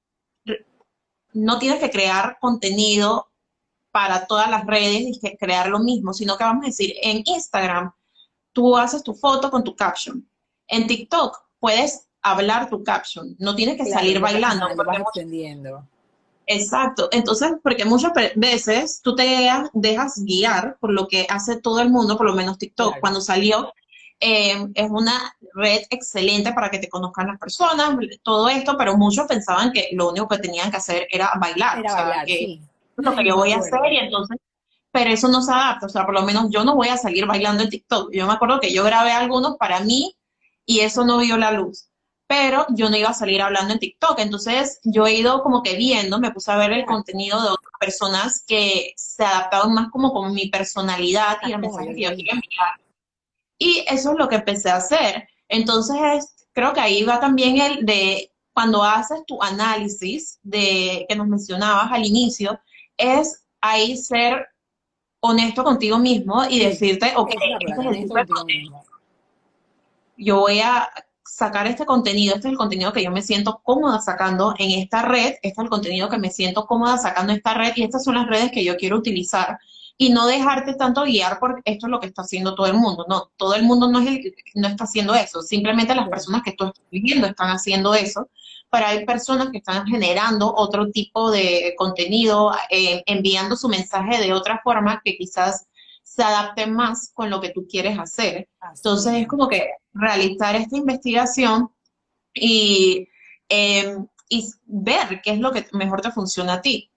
no tienes que crear contenido para todas las redes y que crear lo mismo, sino que vamos a decir, en Instagram tú haces tu foto con tu caption. En TikTok puedes hablar tu caption, no tienes que Claro, salir bailando. lo vas extendiendo. Exacto, entonces, porque muchas veces tú te dejas guiar por lo que hace todo el mundo, por lo menos TikTok, Claro, cuando salió, es una red excelente para que te conozcan las personas, todo esto, pero muchos pensaban que lo único que tenían que hacer era bailar, o era sea, bailar, que sí. es lo que Ay, yo me voy a hacer acuerdo. y entonces, pero eso no se adapta, o sea, por lo menos yo no voy a salir bailando en TikTok. Yo me acuerdo que yo grabé algunos para mí y eso no vio la luz, pero yo no iba a salir hablando en TikTok. Entonces yo he ido como que viendo, me puse a ver el Claro, contenido de otras personas que se adaptaban más como con mi personalidad y a el cómo yo mensaje que iba yo a quería ir. enviar. Y eso es lo que empecé a hacer. Entonces creo que ahí va también el de cuando haces tu análisis de que nos mencionabas al inicio, es ahí ser honesto contigo mismo y Sí, decirte, ok, esa es la este palabra, es el honesto tipo de contigo contenido, mismo. yo voy a sacar este contenido, este es el contenido que yo me siento cómoda sacando en esta red, este es el contenido que me siento cómoda sacando en esta red y estas son las redes que yo quiero utilizar. Y no dejarte tanto guiar por esto es lo que está haciendo todo el mundo. No, todo el mundo no está haciendo eso. Simplemente las Claro. personas que tú estás viviendo están haciendo eso. Pero hay personas que están generando otro tipo de contenido, enviando su mensaje de otra forma que quizás se adapte más con lo que tú quieres hacer. Así Entonces es mismo. como que realizar esta investigación y, y ver qué es lo que mejor te funciona a ti.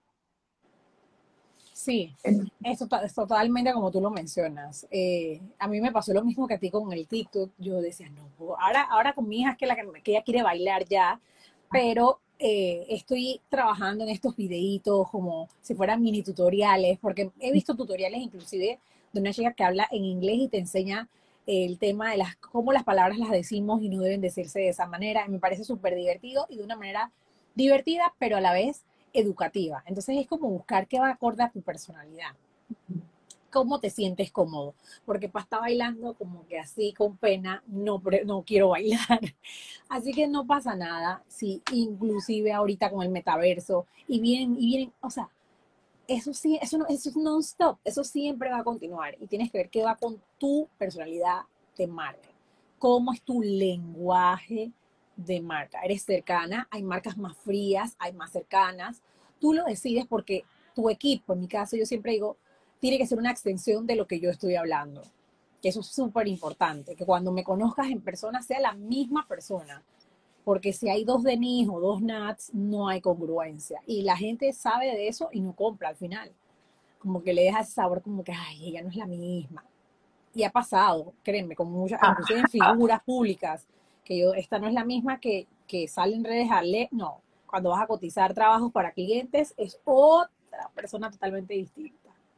Sí, es totalmente como tú lo mencionas. A mí me pasó lo mismo que a ti con el TikTok. Yo decía, no, ahora con mi hija es que ella quiere bailar ya, pero estoy trabajando en estos videitos como si fueran mini tutoriales, porque he visto tutoriales inclusive de una chica que habla en inglés y te enseña el tema de cómo las palabras las decimos y no deben decirse de esa manera. Y me parece súper divertido y de una manera divertida, pero a la vez educativa. Entonces es como buscar qué va acorde a tu personalidad. cómo te sientes cómodo, porque para estar bailando como que así con pena, no quiero bailar. Así que no pasa nada, si inclusive ahorita con el metaverso, y vienen, o sea, eso sí, eso es non-stop, eso siempre va a continuar, y tienes que ver qué va con tu personalidad de marca, cómo es tu lenguaje de marca. Eres cercana, hay marcas más frías, hay más cercanas, tú lo decides porque tu equipo, en mi caso yo siempre digo, tiene que ser una extensión de lo que yo estoy hablando. Que eso es súper importante, que cuando me conozcas en persona sea la misma persona. Porque si hay dos Denis o dos Nats, no hay congruencia. Y la gente sabe de eso y no compra al final. Como que le deja ese sabor como que, ay, ella no es la misma. Y ha pasado, créeme, con muchas, inclusive en figuras públicas, que yo, esta no es la misma que sale en redes no. Cuando vas a cotizar trabajos para clientes, es otra persona totalmente distinta.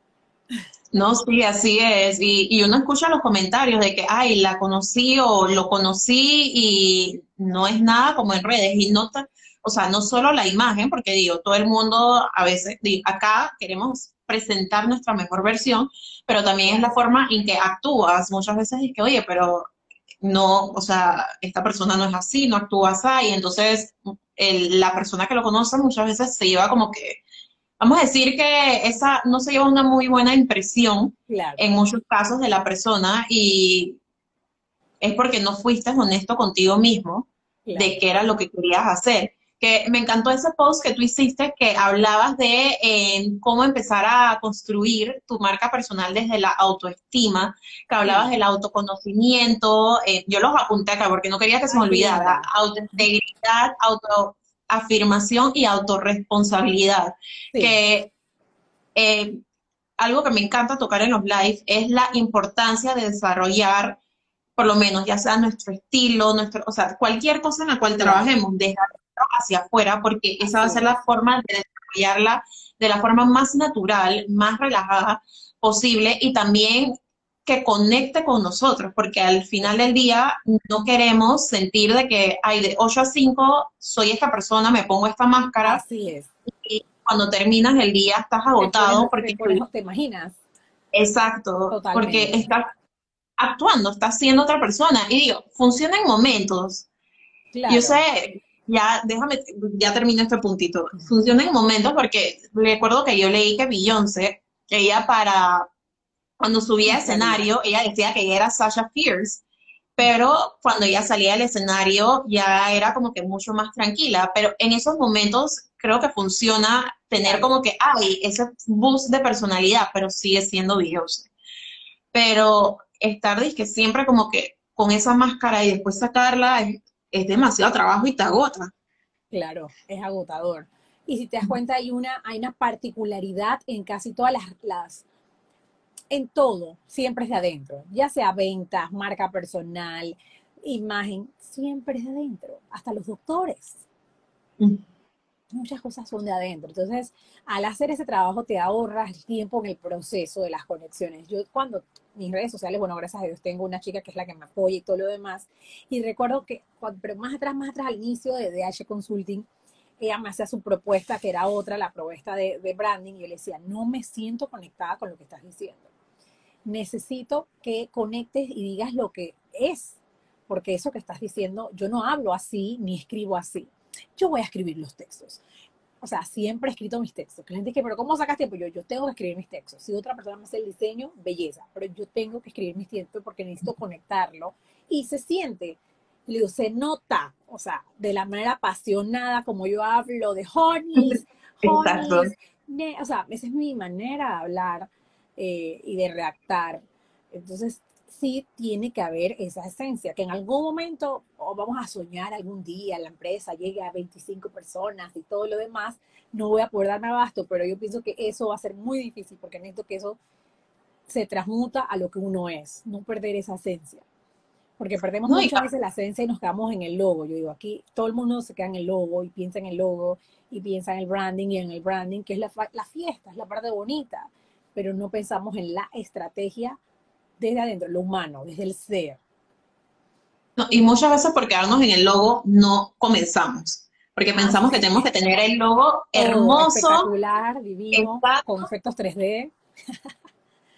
No, sí, así es. Y uno escucha los comentarios de que, ay, la conocí o lo conocí y no es nada como en redes. Y no, o sea, no solo la imagen, porque digo, todo el mundo a veces, acá queremos presentar nuestra mejor versión, pero también es la Claro. forma en que actúas. Muchas veces es que, oye, pero no, o sea, esta persona no es así, no actúa así. Y entonces la persona que lo conoce muchas veces se lleva como que vamos a decir que esa no se lleva una muy buena impresión Claro, en muchos casos de la persona y es porque no fuiste honesto contigo mismo de claro. qué era lo que querías hacer. Que me encantó ese post que tú hiciste que hablabas de cómo empezar a construir tu marca personal desde la autoestima, que hablabas Sí, del autoconocimiento, yo los apunté acá porque no quería que se me ay, qué olvidara, linda. autointegridad, autoafirmación y autorresponsabilidad, Sí, que eh, algo que me encanta tocar en los live es la importancia de desarrollar, por lo menos, ya sea nuestro estilo, o sea, cualquier cosa en la cual claro, trabajemos, desde adentro hacia afuera, porque esa va a así ser la es. forma de desarrollarla de la forma más natural, más relajada posible y también que conecte con nosotros, porque al final del día no queremos sentir de que, ay, de 8 a 5 soy esta persona, me pongo esta máscara Así es. y cuando terminas el día estás Te pones, agotado te porque, pones, te imaginas exacto, porque totalmente. estás actuando, estás siendo otra persona. Y digo, funciona en momentos. Yo Claro. sé, ya, déjame, ya termino este puntito. Funciona en momentos porque recuerdo que yo leí que Beyoncé, que ella cuando subía No a sabía. escenario, ella decía que ella era Sasha Fierce, pero cuando ella salía del escenario ya era como que mucho más tranquila, pero en esos momentos creo que funciona tener Claro. como que, ay, ese boost de personalidad, pero sigue siendo Beyoncé. Pero estar que siempre como que con esa máscara y después sacarla es demasiado trabajo y te agota. Claro, es agotador. Y si te das cuenta, hay una particularidad en casi todas en todo, siempre es de adentro, ya sea ventas, marca personal, imagen, siempre es de adentro, hasta los doctores. Muchas cosas son de adentro. Entonces, al hacer ese trabajo te ahorras el tiempo en el proceso de las conexiones. Yo cuando mis redes sociales, bueno, gracias a Dios tengo una chica que es la que me apoya y todo lo demás. Y recuerdo que, pero más atrás, al inicio de DH Consulting, ella me hacía su propuesta, que era otra, la propuesta de branding, y yo le decía, no me siento conectada con lo que estás diciendo. Necesito que conectes y digas lo que es, porque eso que estás diciendo, yo no hablo así ni escribo así. Yo voy a escribir los textos. O sea, siempre he escrito mis textos. Que la gente dice, pero ¿cómo sacas tiempo? Yo tengo que escribir mis textos. Si otra persona me hace el diseño, belleza. Pero yo tengo que escribir mis textos porque necesito conectarlo. Y se siente, le digo, se nota, o sea, de la manera apasionada como yo hablo de honeys, Exacto. honeys, o sea, esa es mi manera de hablar y de redactar. Entonces, sí tiene que haber esa esencia, que en algún momento, o vamos a soñar algún día, la empresa llegue a 25 personas y todo lo demás, no voy a poder darme abasto, pero yo pienso que eso va a ser muy difícil porque necesito que eso se transmuta a lo que uno es, no perder esa esencia. Porque perdemos No, y muchas veces la esencia y nos quedamos en el logo. Yo digo, aquí todo el mundo se queda en el logo y piensa en el logo y piensa en el branding y en el branding, que es la fiesta, es la parte bonita, pero no pensamos en la estrategia desde adentro, lo humano, desde el ser. no, y muchas veces por quedarnos en el logo no comenzamos, porque pensamos que Así, tenemos que tener el logo todo hermoso, espectacular, divino, con exacto, efectos 3D.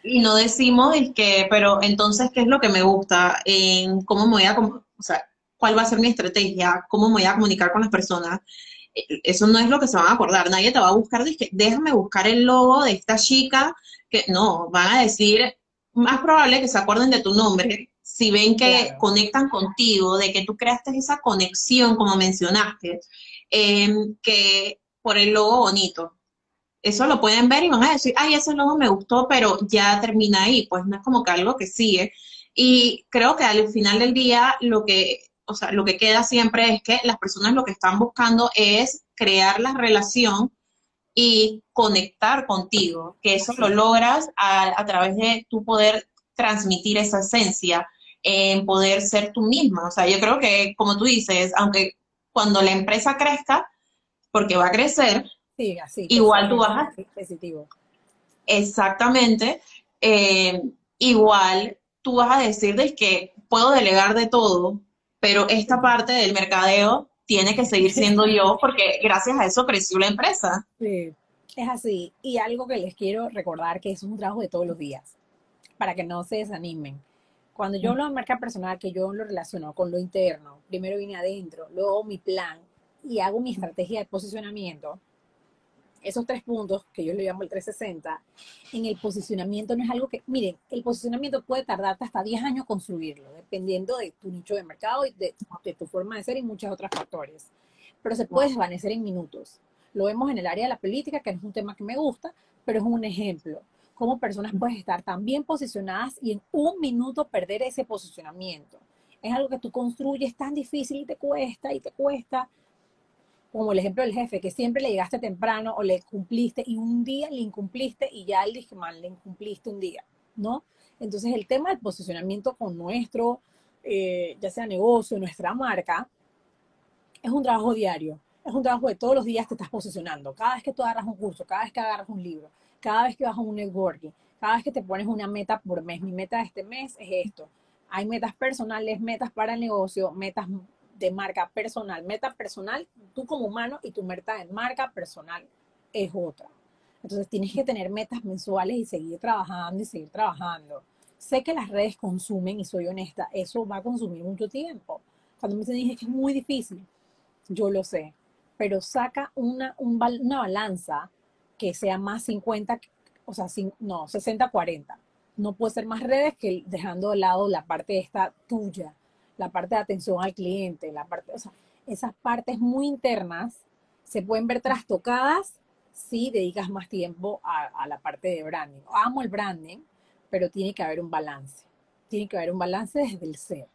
y no decimos es que, pero entonces, ¿qué es lo que me gusta? En cómo me voy a, o sea, cuál va a ser mi estrategia, cómo me voy a comunicar con las personas. Eso no es lo que se van a acordar. Nadie te va a buscar, dije, déjame buscar el logo de esta chica, que no, van a decir, más probable que se acuerden de tu nombre, si ven que Claro. conectan contigo, de que tú creaste esa conexión, como mencionaste, que por el logo bonito. Eso lo pueden ver y van a decir, ay, ese logo me gustó, pero ya termina ahí, pues no es como que algo que sigue. Y creo que al final del día lo que, o sea, lo que queda siempre es que las personas lo que están buscando es crear la relación y conectar contigo, que eso lo Así es. logras a través de tu poder transmitir esa esencia, en poder ser tú misma. O sea, yo creo que, como tú dices, aunque cuando la empresa crezca, porque va a crecer, Sí, así, igual tú vas totalmente a positivo. exactamente. eh, Igual tú vas a decir de que puedo delegar de todo, pero esta parte del mercadeo tiene que seguir siendo yo porque gracias a eso creció la empresa. Sí, es así. Y algo que les quiero recordar que es un trabajo de todos los días, para que no se desanimen. Cuando yo hablo de marca personal, que yo lo relaciono con lo interno, primero vine adentro, luego mi plan y hago mi estrategia de posicionamiento, esos 3 puntos, que yo le llamo el 360, en el posicionamiento no es algo que, miren, el posicionamiento puede tardarte hasta 10 años construirlo, dependiendo de tu nicho de mercado y de tu forma de ser y muchos otros factores. Pero se puede desvanecer en minutos. Lo vemos en el área de la política, que no es un tema que me gusta, pero es un ejemplo. Cómo personas pueden estar tan bien posicionadas y en un minuto perder ese posicionamiento. Es algo que tú construyes tan difícil y te cuesta, como el ejemplo del jefe, que siempre le llegaste temprano o le cumpliste y un día le incumpliste y ya él dije, mal, le incumpliste un día, ¿no? Entonces el tema del posicionamiento con nuestro, ya sea negocio, nuestra marca, es un trabajo diario, es un trabajo de todos los días te estás posicionando. Cada vez que tú agarras un curso, cada vez que agarras un libro, cada vez que vas a un networking, cada vez que te pones una meta por mes, mi meta de este mes es esto. Hay metas personales, metas para el negocio, metas de marca personal. Meta personal, tú como humano y tu meta de marca personal es otra. Entonces tienes que tener metas mensuales y seguir trabajando y seguir trabajando. Sé que las redes consumen y soy honesta, eso va a consumir mucho tiempo. Cuando me dicen que es muy difícil, yo lo sé, pero saca una balanza que sea más 50, o sea, no, 60-40. No puede ser más redes que dejando de lado la parte esta tuya, la parte de atención al cliente, la parte, o sea, esas partes muy internas se pueden ver trastocadas si dedicas más tiempo a la parte de branding. Amo el branding, pero tiene que haber un balance. Tiene que haber un balance desde el ser.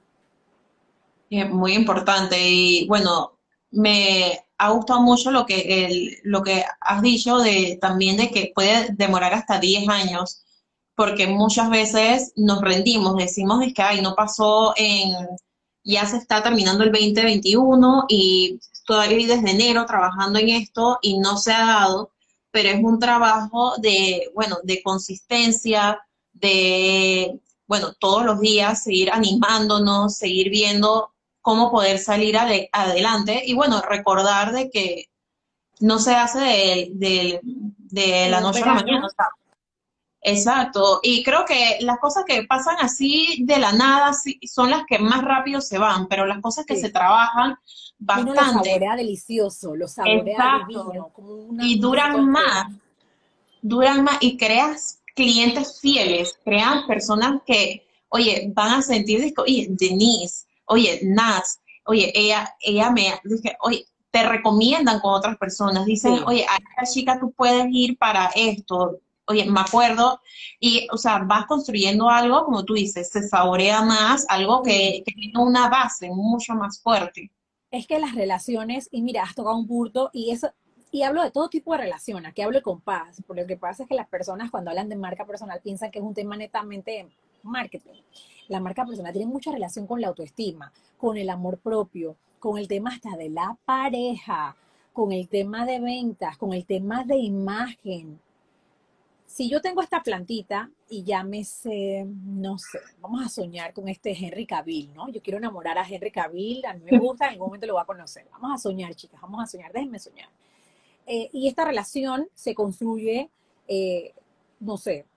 Muy importante y bueno, me ha gustado mucho lo que has dicho de también de que puede demorar hasta 10 años, porque muchas veces nos rendimos, decimos es que ay, no pasó ya se está terminando el 2021 y todavía desde enero trabajando en esto y no se ha dado, pero es un trabajo de, bueno, de consistencia, de, bueno, todos los días seguir animándonos, seguir viendo cómo poder salir adelante y bueno, recordar de que no se hace de En la un noche a la mañana. O verano, sea, exacto, y creo que las cosas que pasan así de la nada son las que más rápido se van, pero las cosas que se sí, trabajan uno lo bastante, saborea delicioso, lo saborea exacto, divino, como y un disfrute entero. duran más y creas clientes fieles, creas personas que, oye, van a sentir, oye, Denise, oye, Naz, oye, ella me, dije, oye, te recomiendan con otras personas, dicen, Sí, oye, a esta chica tú puedes ir para esto, oye, me acuerdo, y, o sea, vas construyendo algo, como tú dices, se saborea más, algo sí. que tiene una base mucho más fuerte. Es que las relaciones, y mira, has tocado un punto, y eso, y hablo de todo tipo de relaciones, que hablo con paz, porque lo que pasa es que las personas cuando hablan de marca personal piensan que es un tema netamente de marketing. La marca personal tiene mucha relación con la autoestima, con el amor propio, con el tema hasta de la pareja, con el tema de ventas, con el tema de imagen. Si yo tengo esta plantita y llámese, no sé, vamos a soñar con este Henry Cavill, ¿no? Yo quiero enamorar a Henry Cavill, a mí me gusta, en algún momento lo voy a conocer. Vamos a soñar, chicas, vamos a soñar, déjenme soñar. Y esta relación se construye, no sé,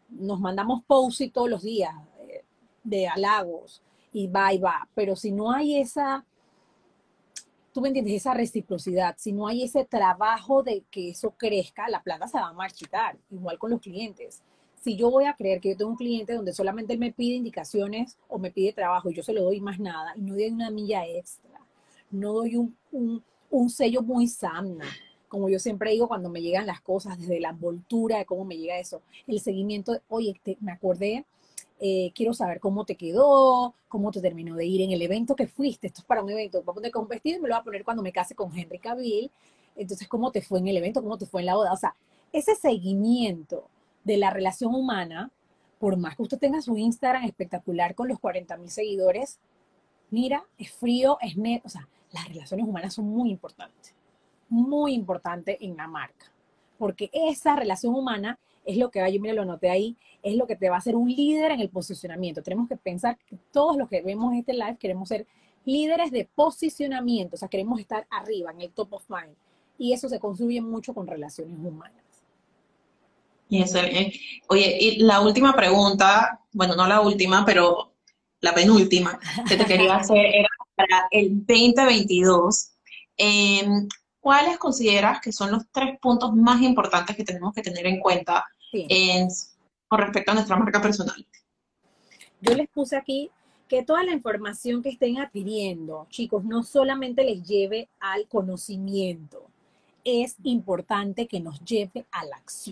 nos mandamos posts todos los días de halagos y va, pero si no hay esa, tú me entiendes, esa reciprocidad, si no hay ese trabajo de que eso crezca, la planta se va a marchitar, igual con los clientes. Si yo voy a creer que yo tengo un cliente donde solamente él me pide indicaciones o me pide trabajo y yo se lo doy más nada y no doy una milla extra, no doy un sello muy Samna, como yo siempre digo cuando me llegan las cosas, desde la envoltura de cómo me llega eso, el seguimiento, oye, me acordé, quiero saber cómo te quedó, cómo te terminó de ir en el evento que fuiste, esto es para un evento, voy a poner con un vestido y me lo voy a poner cuando me case con Henry Cavill, entonces cómo te fue en el evento, cómo te fue en la boda, o sea, ese seguimiento de la relación humana, por más que usted tenga su Instagram espectacular con los 40,000 seguidores, mira, es frío, es neto, o sea, las relaciones humanas son muy importantes en la marca, porque esa relación humana es lo que va, yo mira, lo anoté ahí, es lo que te va a hacer un líder en el posicionamiento. Tenemos que pensar que todos los que vemos este live queremos ser líderes de posicionamiento, o sea, queremos estar arriba, en el top of mind, y eso se construye mucho con relaciones humanas. Y eso, oye, y la última pregunta, bueno, no la última, pero la penúltima que te quería hacer era para el 2022. eh, ¿Cuáles consideras que son los 3 puntos más importantes que tenemos que tener en cuenta Sí. en- con respecto a nuestra marca personal? Yo les puse aquí que toda la información que estén adquiriendo, chicos, no solamente les lleve al conocimiento, es importante que nos lleve a la acción.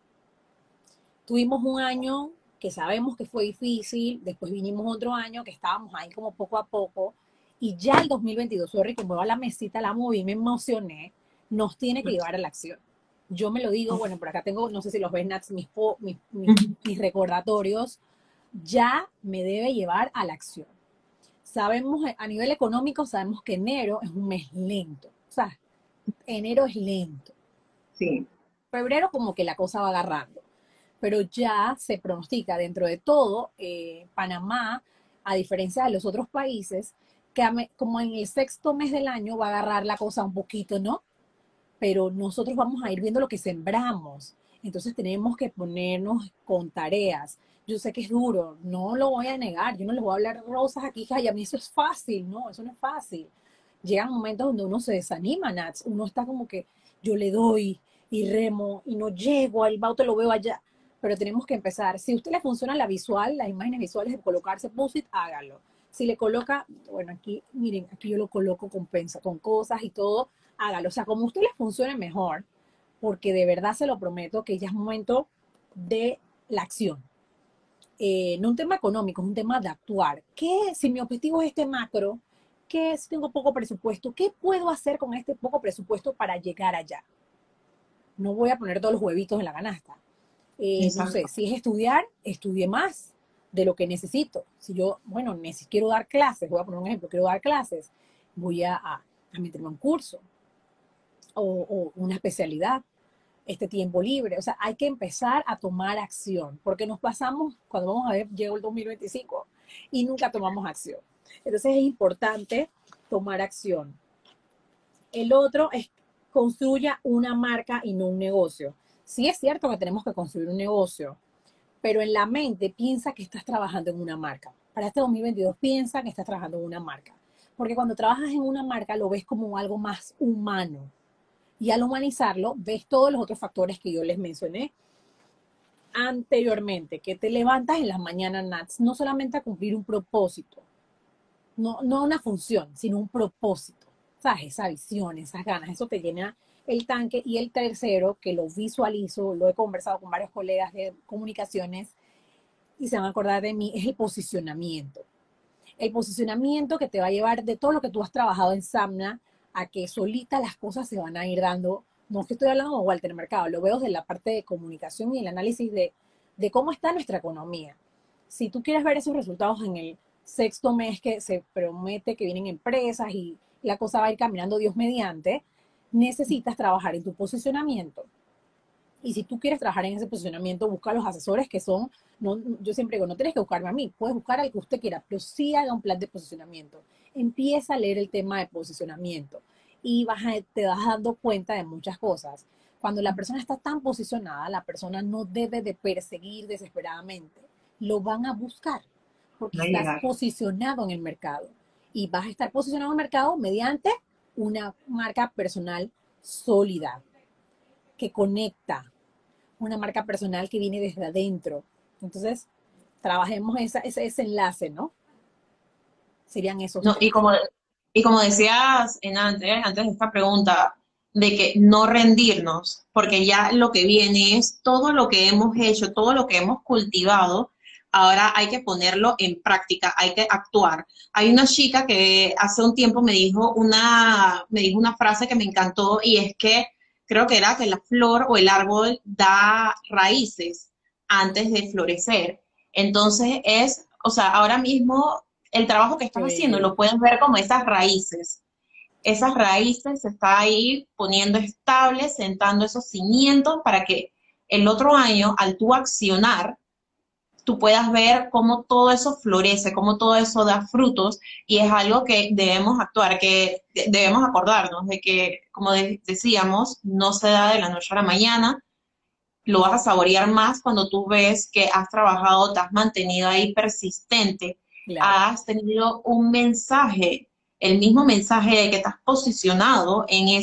Tuvimos un año que sabemos que fue difícil, después vinimos otro año que estábamos ahí como poco a poco, y ya el 2022, sorry, como va la mesita, la moví, me emocioné, nos tiene que llevar a la acción. Yo me lo digo, bueno, por acá tengo, no sé si los ves, Nats, mis recordatorios, ya me debe llevar a la acción. Sabemos, a nivel económico, sabemos que enero es un mes lento, o sea, enero es lento. Sí. Febrero como que la cosa va agarrando, pero ya se pronostica dentro de todo, Panamá, a diferencia de los otros países, que como en el sexto mes del año va a agarrar la cosa un poquito, ¿no? Pero nosotros vamos a ir viendo lo que sembramos. Entonces tenemos que ponernos con tareas. Yo sé que es duro, no lo voy a negar, yo no les voy a hablar rosas aquí, y a mí eso es fácil, no, eso no es fácil. Llegan momentos donde uno se desanima, Nats, uno está como que yo le doy y remo y no llego al bauto, lo veo allá, pero tenemos que empezar. Si a usted le funciona la visual, las imágenes visuales de colocarse post-it, hágalo. Si le coloca, bueno, aquí, miren, aquí yo lo coloco con cosas y todo, hágalo. O sea, como a usted le funcione mejor, porque de verdad se lo prometo que ya es momento de la acción. No un tema económico, es un tema de actuar. ¿Qué, si mi objetivo es este macro, qué si tengo poco presupuesto, qué puedo hacer con este poco presupuesto para llegar allá? No voy a poner todos los huevitos en la canasta. No sé, si es estudiar, estudie más de lo que necesito. Si yo, bueno, quiero dar clases, voy a poner un ejemplo, quiero dar clases, voy a meterme a un curso o una especialidad, este tiempo libre. O sea, hay que empezar a tomar acción, porque nos pasamos, cuando vamos a ver, llegó el 2025 y nunca tomamos acción. Entonces es importante tomar acción. El otro es construya una marca y no un negocio. Sí es cierto que tenemos que construir un negocio, pero en la mente piensa que estás trabajando en una marca. Para este 2022 piensa que estás trabajando en una marca. Porque cuando trabajas en una marca lo ves como algo más humano. Y al humanizarlo, ves todos los otros factores que yo les mencioné anteriormente, que te levantas en las mañanas, Nats, no solamente a cumplir un propósito, no una función, sino un propósito. ¿Sabes? Esa visión, esas ganas, eso te llena el tanque. Y el tercero, que lo visualizo, lo he conversado con varios colegas de comunicaciones y se van a acordar de mí, es el posicionamiento. El posicionamiento que te va a llevar de todo lo que tú has trabajado en Samna a que solita las cosas se van a ir dando. No es que estoy hablando de Walter Mercado, lo veo desde la parte de comunicación y el análisis de cómo está nuestra economía. Si tú quieres ver esos resultados en el sexto mes que se promete que vienen empresas y la cosa va a ir caminando Dios mediante, necesitas trabajar en tu posicionamiento. Y si tú quieres trabajar en ese posicionamiento, busca a los asesores que son, no, yo siempre digo, no tienes que buscarme a mí, puedes buscar al que usted quiera, pero sí haga un plan de posicionamiento. Empieza a leer el tema de posicionamiento y te vas dando cuenta de muchas cosas. Cuando la persona está tan posicionada, la persona no debe de perseguir desesperadamente. Lo van a buscar porque Va a estás llegar. posicionado en el mercado. Y vas a estar posicionado en el mercado mediante una marca personal sólida, que conecta, una marca personal que viene desde adentro. Entonces, trabajemos ese enlace, ¿no? Serían esos No, tres. y como decías antes de esta pregunta, de que no rendirnos, porque ya lo que viene es todo lo que hemos hecho, todo lo que hemos cultivado, ahora hay que ponerlo en práctica, hay que actuar. Hay una chica que hace un tiempo me dijo una frase que me encantó y es que creo que era que la flor o el árbol da raíces antes de florecer. Entonces o sea, ahora mismo el trabajo que Qué estás haciendo bello. lo puedes ver como esas raíces. Esas raíces se está ahí poniendo estable, sentando esos cimientos para que el otro año, al tú accionar, tú puedas ver cómo todo eso florece, cómo todo eso da frutos, y es algo que debemos actuar, que debemos acordarnos de que, como decíamos, no se da de la noche a la mañana, lo vas a saborear más cuando tú ves que has trabajado, te has mantenido ahí persistente, Claro. has tenido un mensaje, el mismo mensaje de que te has posicionado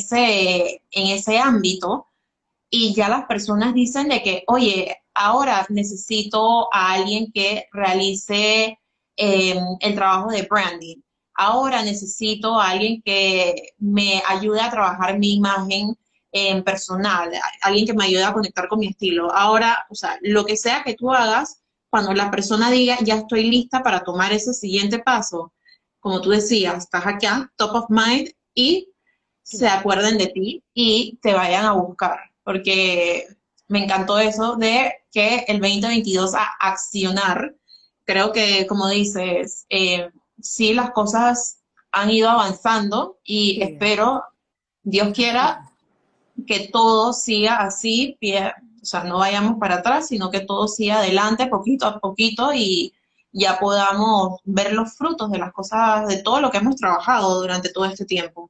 en ese ámbito y ya las personas dicen de que, oye, ahora necesito a alguien que realice el trabajo de branding. Ahora necesito a alguien que me ayude a trabajar mi imagen en personal, alguien que me ayude a conectar con mi estilo. Ahora, o sea, lo que sea que tú hagas, cuando la persona diga, ya estoy lista para tomar ese siguiente paso, como tú decías, estás acá, top of mind, y se Claro. acuerden de ti y te vayan a buscar, porque me encantó eso de que el 2022 a accionar, creo que como dices, sí las cosas han ido avanzando y Sí. espero, Dios Así quiera, es. que todo siga así, o sea, no vayamos para atrás, sino que todo siga adelante poquito a poquito y ya podamos ver los frutos de las cosas, de todo lo que hemos trabajado durante todo este tiempo.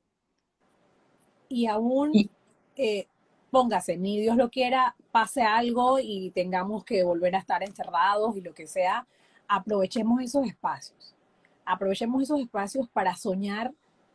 Y aún, Y eh, póngase, ni Dios lo quiera, pase algo y tengamos que volver a estar encerrados y lo que sea, aprovechemos esos espacios. Aprovechemos esos espacios para soñar.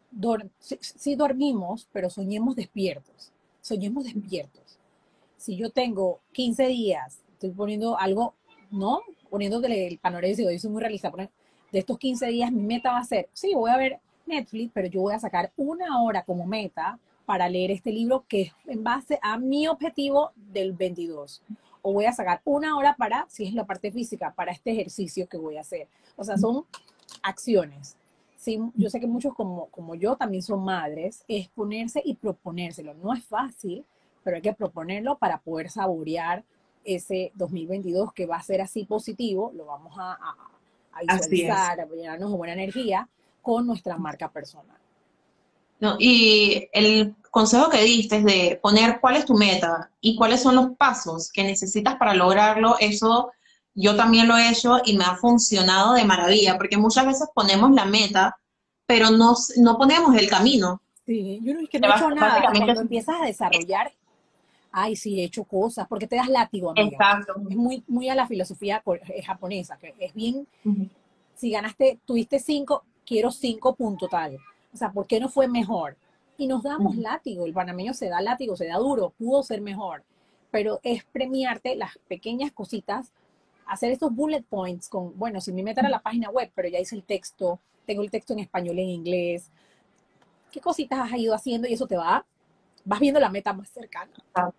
Si dormimos, pero soñemos despiertos. Soñemos despiertos. Si yo tengo 15 días, estoy poniendo algo, ¿no? Poniéndole el panorama, digo, yo soy muy realista, de estos 15 días mi meta va a ser, sí, voy a ver Netflix, pero yo voy a sacar una hora como meta para leer este libro que es en base a mi objetivo del 22. O voy a sacar una hora para, si es la parte física, para este ejercicio que voy a hacer. O sea, son acciones. Sí, yo sé que muchos como yo también son madres, es ponerse y proponérselo. No es fácil, pero hay que proponerlo para poder saborear ese 2022 que va a ser así positivo, lo vamos a así es. visualizar, a llenarnos de buena energía con nuestra marca personal. No, y el consejo que diste es de poner cuál es tu meta y cuáles son los pasos que necesitas para lograrlo, eso yo también lo he hecho y me ha funcionado de maravilla, porque muchas veces ponemos la meta, pero no ponemos el camino. Sí, yo no es que no he hecho nada y Básicamente, cuando empiezas a desarrollar, ay, sí, he hecho cosas, porque te das látigo, amiga. exacto. Es muy a la filosofía japonesa, que es bien, Ujú. si ganaste, tuviste 5, quiero 5 punto tal. O sea, ¿por qué no fue mejor? Y nos damos Ujú. látigo, el panameño se da látigo, se da duro, pudo ser mejor. Pero es premiarte las pequeñas cositas, hacer estos bullet points con, bueno, si mi meta era la página web, pero ya hice el texto, tengo el texto en español y en inglés, ¿qué cositas has ido haciendo? Y eso vas viendo la meta más cercana.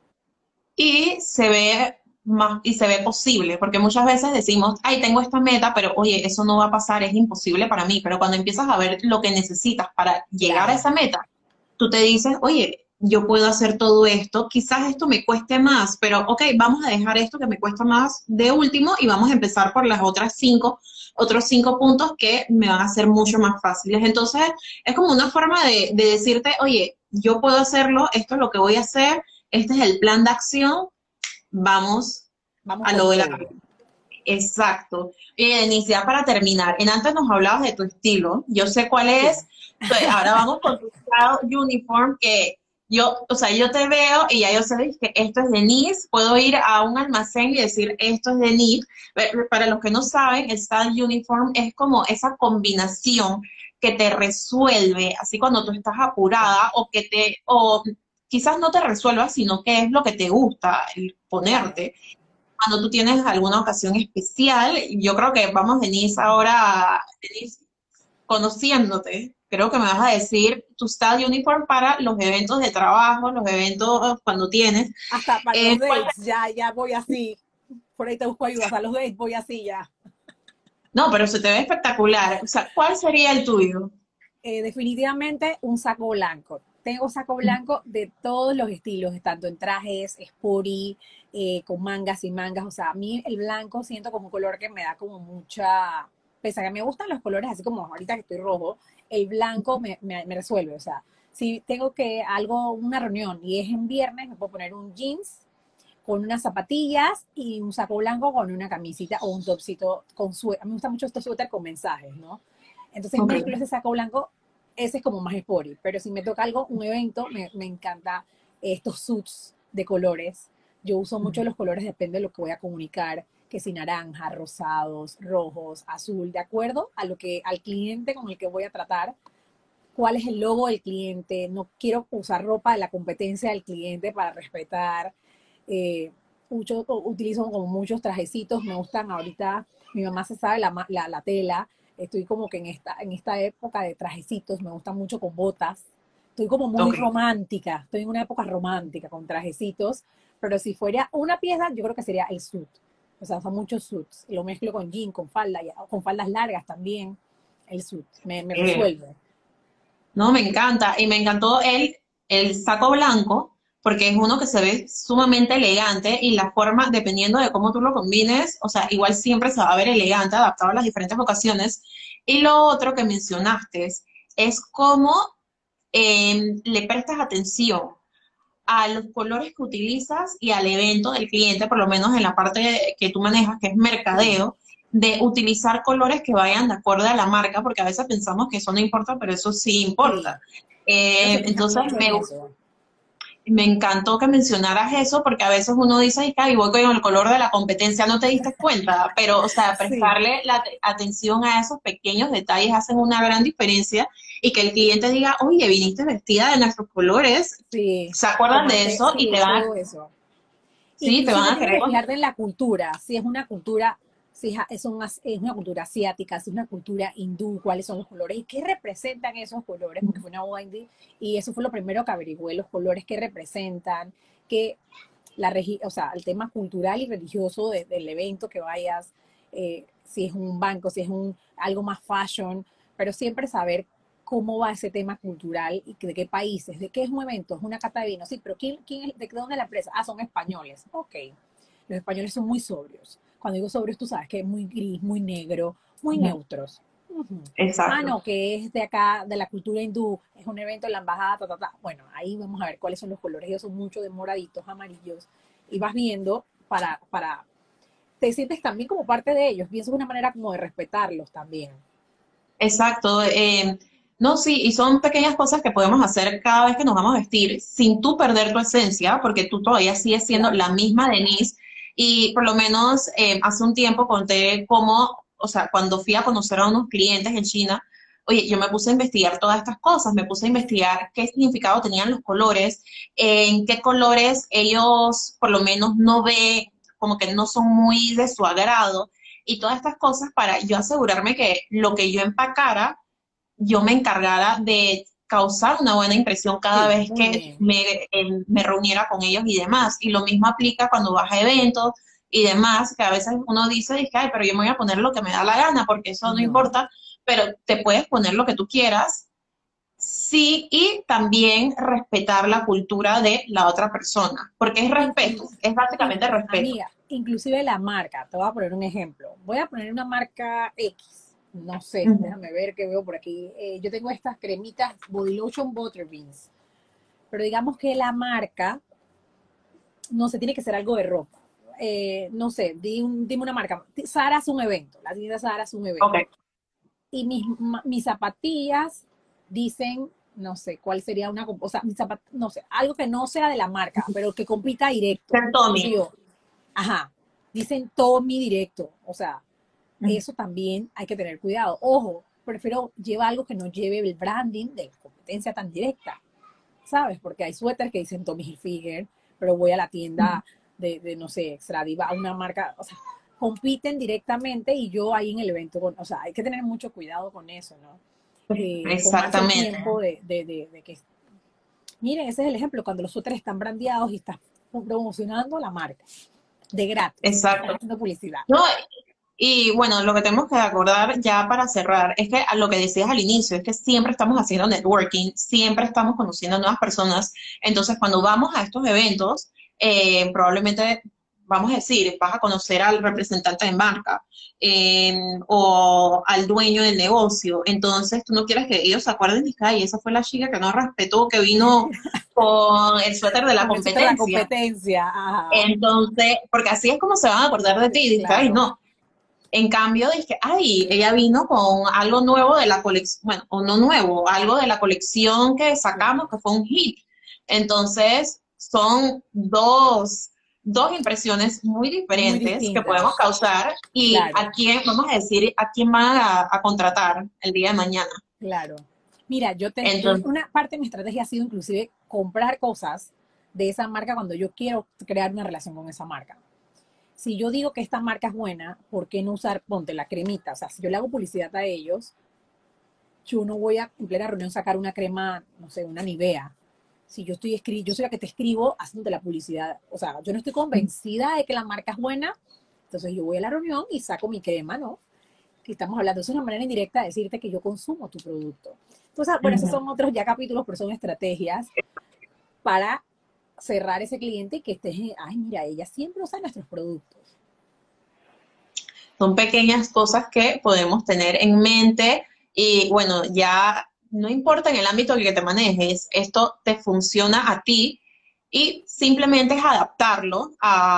Y se ve más, y se ve posible, porque muchas veces decimos, ay, tengo esta meta, pero oye, eso no va a pasar, es imposible para mí, pero cuando empiezas a ver lo que necesitas para llegar a Claro, esa meta, tú te dices, oye, yo puedo hacer todo esto, quizás esto me cueste más, pero ok, vamos a dejar esto que me cuesta más de último y vamos a empezar por las otros 5 puntos que me van a ser mucho más fáciles. Entonces, es como una forma de decirte, oye, yo puedo hacerlo, esto es lo que voy a hacer, este es el plan de acción, vamos vamos a con lo de la... todo. Exacto. Denise, ya para terminar, en antes nos hablabas de tu estilo, yo sé cuál Sí. es, entonces, ahora vamos con tu style uniform, que o sea, yo te veo y ya yo sé que esto es Denise, puedo ir a un almacén y decir esto es Denise. Para los que no saben, el style uniform es como esa combinación que te resuelve, así cuando tú estás apurada o quizás no te resuelva, sino que es lo que te gusta el Claro. ponerte. Cuando tú tienes alguna ocasión especial, yo creo que vamos, Denise, ahora, Denise, conociéndote, creo que me vas a decir tu style uniform para los eventos de trabajo, los eventos cuando tienes. Hasta para los ¿Cuál dates, ya voy así. Por ahí te busco ayuda. Hasta los dates voy así ya. No, pero se te ve espectacular. O sea, ¿cuál sería el tuyo? Definitivamente un saco blanco. Tengo saco blanco de todos los estilos, tanto en trajes, sporty, con mangas y mangas. O sea, a mí el blanco siento como un color que me da como mucha, pese a que me gustan los colores, así como ahorita que estoy rojo, el blanco me resuelve. O sea, si tengo que una reunión y es en viernes, me puedo poner un jeans con unas zapatillas y un saco blanco con una camisita o un topsito con suéter. A mí me gusta mucho estos suéter con mensajes, ¿no? Entonces Ok. mezclo ese saco blanco, ese es como más sporty, pero si me toca algo, un evento, me encanta estos suits de colores. Yo uso mucho los colores, depende de lo que voy a comunicar, que si naranja, rosados, rojos, azul, de acuerdo a lo que al cliente con el que voy a tratar, cuál es el logo del cliente, no quiero usar ropa de la competencia del cliente para respetar. Eh, utilizo como muchos trajecitos, me gustan ahorita, mi mamá se sabe la tela, estoy como que en esta época de trajecitos, me gustan mucho con botas, estoy como muy Ok. romántica, estoy en una época romántica con trajecitos, pero si fuera una pieza, yo creo que sería el suit. O sea, son muchos suits. Lo mezclo con jean, con falda, con faldas largas también. El suit. Me Eh, resuelve. no, me encanta. Y me encantó el saco blanco, porque es uno que se ve sumamente elegante y la forma, dependiendo de cómo tú lo combines, o sea, igual siempre se va a ver elegante, adaptado a las diferentes ocasiones. Y lo otro que mencionaste es cómo le prestas atención a los colores que utilizas y al evento del cliente, por lo menos en la parte que tú manejas, que es Sí, mercadeo, de utilizar colores que vayan de acuerdo a la marca, porque a veces pensamos que eso no importa, pero eso sí sí. importa. Ellos se fijan Entonces, mucho en eso. me encantó que mencionaras eso, porque a veces uno dice, ay, voy con el color de la competencia, no te diste cuenta, pero, o sea, Sí, prestarle la atención a esos pequeños detalles hacen una gran diferencia y que el cliente diga, oye, viniste vestida de nuestros colores, sí. se acuerdan de Tomarte, eso y sí, te van a todo eso. Sí, te Inclusive van a tienes querer que con... fijarte en la cultura, si es una cultura, si es una cultura asiática, si es una cultura hindú, cuáles son los colores y qué representan esos colores, porque fue una boda hindú y eso fue lo primero que averigüé, los colores que representan, que o sea, el tema cultural y religioso del evento que vayas, si es un banco, si es algo más fashion, pero siempre saber cómo va ese tema cultural y de qué países, de qué es un evento, es una cata de vino, sí, pero ¿de dónde es la empresa? Ah, son españoles, ok. Los españoles son muy sobrios. Cuando digo sobrios, tú sabes que es muy gris, muy negro, muy neutros. Ujú. Ah, Exacto. no, que es de acá, de la cultura hindú, es un evento en la embajada, ta, ta, ta. Bueno, ahí vamos a ver cuáles son los colores. Ellos son mucho de moraditos, amarillos, y vas viendo te sientes también como parte de ellos. Pienso de una manera como de respetarlos también. Exacto. No, sí, y son pequeñas cosas que podemos hacer cada vez que nos vamos a vestir sin tú perder tu esencia, porque tú todavía sigues siendo Claro. la misma Denise. Y por lo menos hace un tiempo conté cómo, o sea, cuando fui a conocer a unos clientes en China, oye, yo me puse a investigar todas estas cosas, me puse a investigar qué significado tenían los colores, en qué colores ellos por lo menos no ve, como que no son muy de su agrado y todas estas cosas para yo asegurarme que lo que yo empacara, yo me encargara de causar una buena impresión cada Sí, vez muy que bien. me reuniera con ellos y demás. Y lo mismo aplica cuando vas a eventos y demás, que a veces uno dice, ay, pero yo me voy a poner lo que me da la gana, porque eso no No. importa, pero te puedes poner lo que tú quieras. Sí, y también respetar la cultura de la otra persona, porque es respeto, Incluso, es básicamente respeto. amiga, inclusive la marca, te voy a poner un ejemplo. Voy a poner una marca X, no sé, Ujú. déjame ver qué veo por aquí. Yo tengo estas cremitas Body Lotion Butterbeans, pero digamos que la marca, no sé, tiene que ser algo de ropa. No sé, dime una marca. Sara es un evento, la tienda Sara es un Ok, evento. Y mis zapatillas dicen no sé, cuál sería una, o sea, no sé, algo que no sea de la marca, pero que compita directo. Ser Qué sé Tommy. yo, ajá, dicen Tommy directo, o sea, eso también hay que tener cuidado. Ojo, prefiero llevar algo que no lleve el branding de competencia tan directa, ¿sabes? Porque hay suéteres que dicen Tommy Hilfiger, pero voy a la tienda de no sé, Extradiva, a una marca, o sea, compiten directamente y yo ahí en el evento, o sea, hay que tener mucho cuidado con eso, ¿no? Tomarse el Exactamente. tiempo de que, miren, ese es el ejemplo, cuando los suéteres están brandeados y estás promocionando la marca, de gratis, estás Exacto. haciendo publicidad. No, y bueno, lo que tenemos que acordar ya para cerrar es que a lo que decías al inicio, es que siempre estamos haciendo networking, siempre estamos conociendo a nuevas personas. Entonces, cuando vamos a estos eventos, probablemente, vamos a decir, vas a conocer al representante de marca o al dueño del negocio. Entonces, tú no quieres que ellos se acuerden de que "Ay, esa fue la chica que no respetó, que vino con el suéter de la Con el suéter de la competencia". competencia, ajá, Entonces, porque así es como se van a acordar de ti. Dice, ay, claro. no, en cambio, dije, ay, ella vino con algo nuevo de la colección, bueno, o no nuevo, algo de la colección que sacamos Claro, que fue un hit. Entonces, son dos impresiones muy muy diferentes que podemos distintas, causar y claro. a quién, vamos a decir, a quién van a contratar el día de mañana. Claro. Mira, Entonces, una parte de mi estrategia ha sido inclusive comprar cosas de esa marca cuando yo quiero crear una relación con esa marca. Si yo digo que esta marca es buena, ¿por qué no usar, ponte la cremita? O sea, si yo le hago publicidad a ellos, yo no voy a en plena reunión sacar una crema, no sé, una Nivea. Si yo yo soy la que te escribo haciéndote la publicidad. O sea, yo no estoy convencida de que la marca es buena, entonces yo voy a la reunión y saco mi crema, ¿no? Que estamos hablando. Es una manera indirecta de decirte que yo consumo tu producto. Entonces, bueno, esos son otros ya capítulos, pero son estrategias para cerrar ese cliente y que estés, ay, mira, ella siempre usa nuestros productos. son pequeñas cosas que podemos tener en mente y bueno, ya no importa en el ámbito en el que te manejes, esto te funciona a ti y simplemente es adaptarlo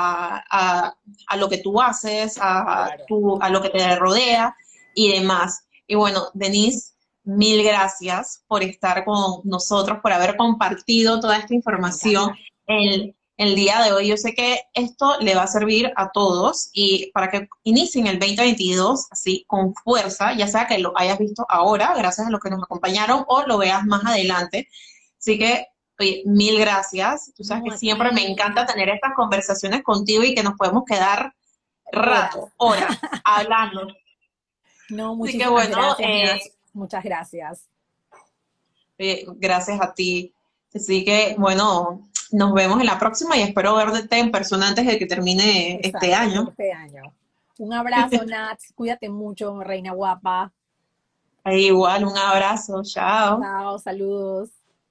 a lo que tú haces, Claro. a lo que te rodea y demás. Y bueno, Denise, mil gracias por estar con nosotros, por haber compartido toda esta Ay, me información encanta. el día de hoy. Yo sé que esto le va a servir a todos y para que inicien el 2022 así con fuerza, ya sea que lo hayas visto ahora, gracias a los que nos acompañaron, o lo veas más adelante. Así que, oye, mil gracias. Tú sabes No, que a siempre me encanta ti. tener estas conversaciones contigo y que nos podemos quedar Horas. rato, horas, hablando. No, Así que muchísimas bueno, gracias, Nat. Muchas gracias. gracias a ti. Así que bueno, nos vemos en la próxima y espero verte en persona antes de que termine este Exacto, año. este año. Un abrazo, Nat. Cuídate mucho, reina guapa. Igual, un abrazo, chao. Chao, saludos.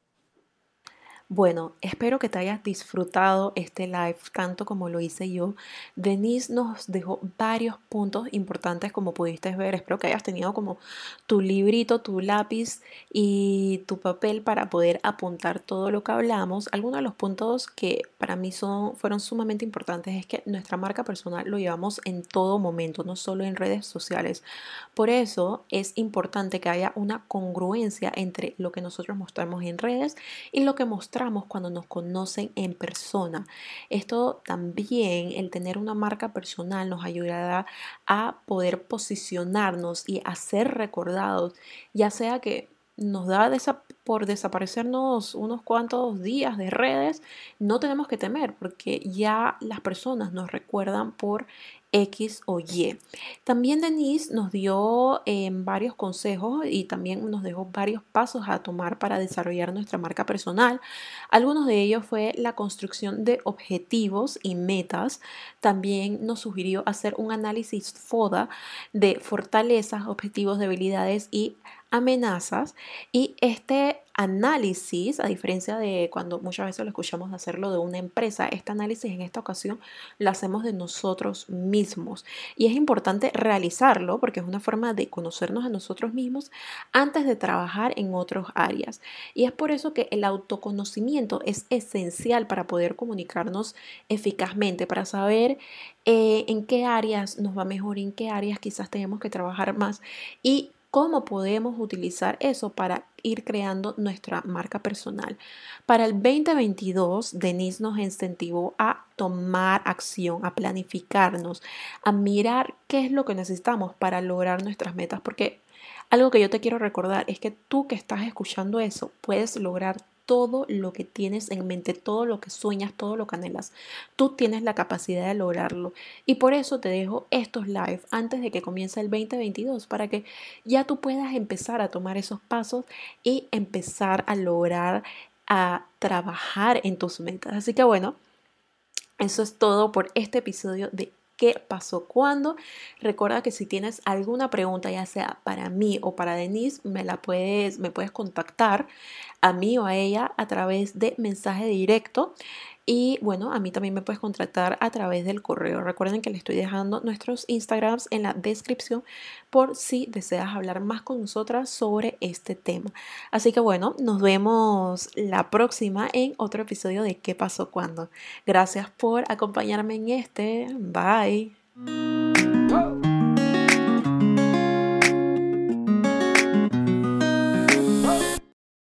Bueno, espero que te hayas disfrutado este live tanto como lo hice yo. Denise nos dejó varios puntos importantes como pudiste ver. Espero que hayas tenido como tu librito, tu lápiz y tu papel para poder apuntar todo lo que hablamos. Algunos de los puntos que para mí fueron sumamente importantes es que nuestra marca personal lo llevamos en todo momento, no solo en redes sociales. Por eso es importante que haya una congruencia entre lo que nosotros mostramos en redes y lo que mostramos cuando nos conocen en persona. Esto también, el tener una marca personal nos ayudará a poder posicionarnos y a ser recordados, ya sea que nos da por desaparecernos unos cuantos días de redes, no tenemos que temer porque ya las personas nos recuerdan por X o Y. También Denise nos dio varios consejos y también nos dejó varios pasos a tomar para desarrollar nuestra marca personal. Algunos de ellos fue la construcción de objetivos y metas. También nos sugirió hacer un análisis FODA de fortalezas, objetivos, debilidades y amenazas. Y este análisis, a diferencia de cuando muchas veces lo escuchamos hacerlo de una empresa, este análisis en esta ocasión lo hacemos de nosotros mismos. Y es importante realizarlo porque es una forma de conocernos a nosotros mismos antes de trabajar en otras áreas. Y es por eso que el autoconocimiento es esencial para poder comunicarnos eficazmente, para saber en qué áreas nos va mejor, en qué áreas quizás tenemos que trabajar más y cómo podemos utilizar eso para ir creando nuestra marca personal. Para el 2022, Denise nos incentivó a tomar acción, a planificarnos, a mirar qué es lo que necesitamos para lograr nuestras metas, porque algo que yo te quiero recordar es que tú que estás escuchando eso, puedes lograr todo lo que tienes en mente, todo lo que sueñas, todo lo que anhelas. Tú tienes la capacidad de lograrlo. Y por eso te dejo estos live antes de que comience el 2022 para que ya tú puedas empezar a tomar esos pasos y empezar a lograr a trabajar en tus metas. Así que bueno, eso es todo por este episodio de ¿Qué pasó cuando? Recuerda que si tienes alguna pregunta, ya sea para mí o para Denise, me puedes contactar a mí o a ella a través de mensaje directo. Y bueno, a mí también me puedes contactar a través del correo. Recuerden que les estoy dejando nuestros Instagrams en la descripción por si deseas hablar más con nosotras sobre este tema. Así que bueno, nos vemos la próxima en otro episodio de ¿Qué pasó cuando? Gracias por acompañarme en este. Bye.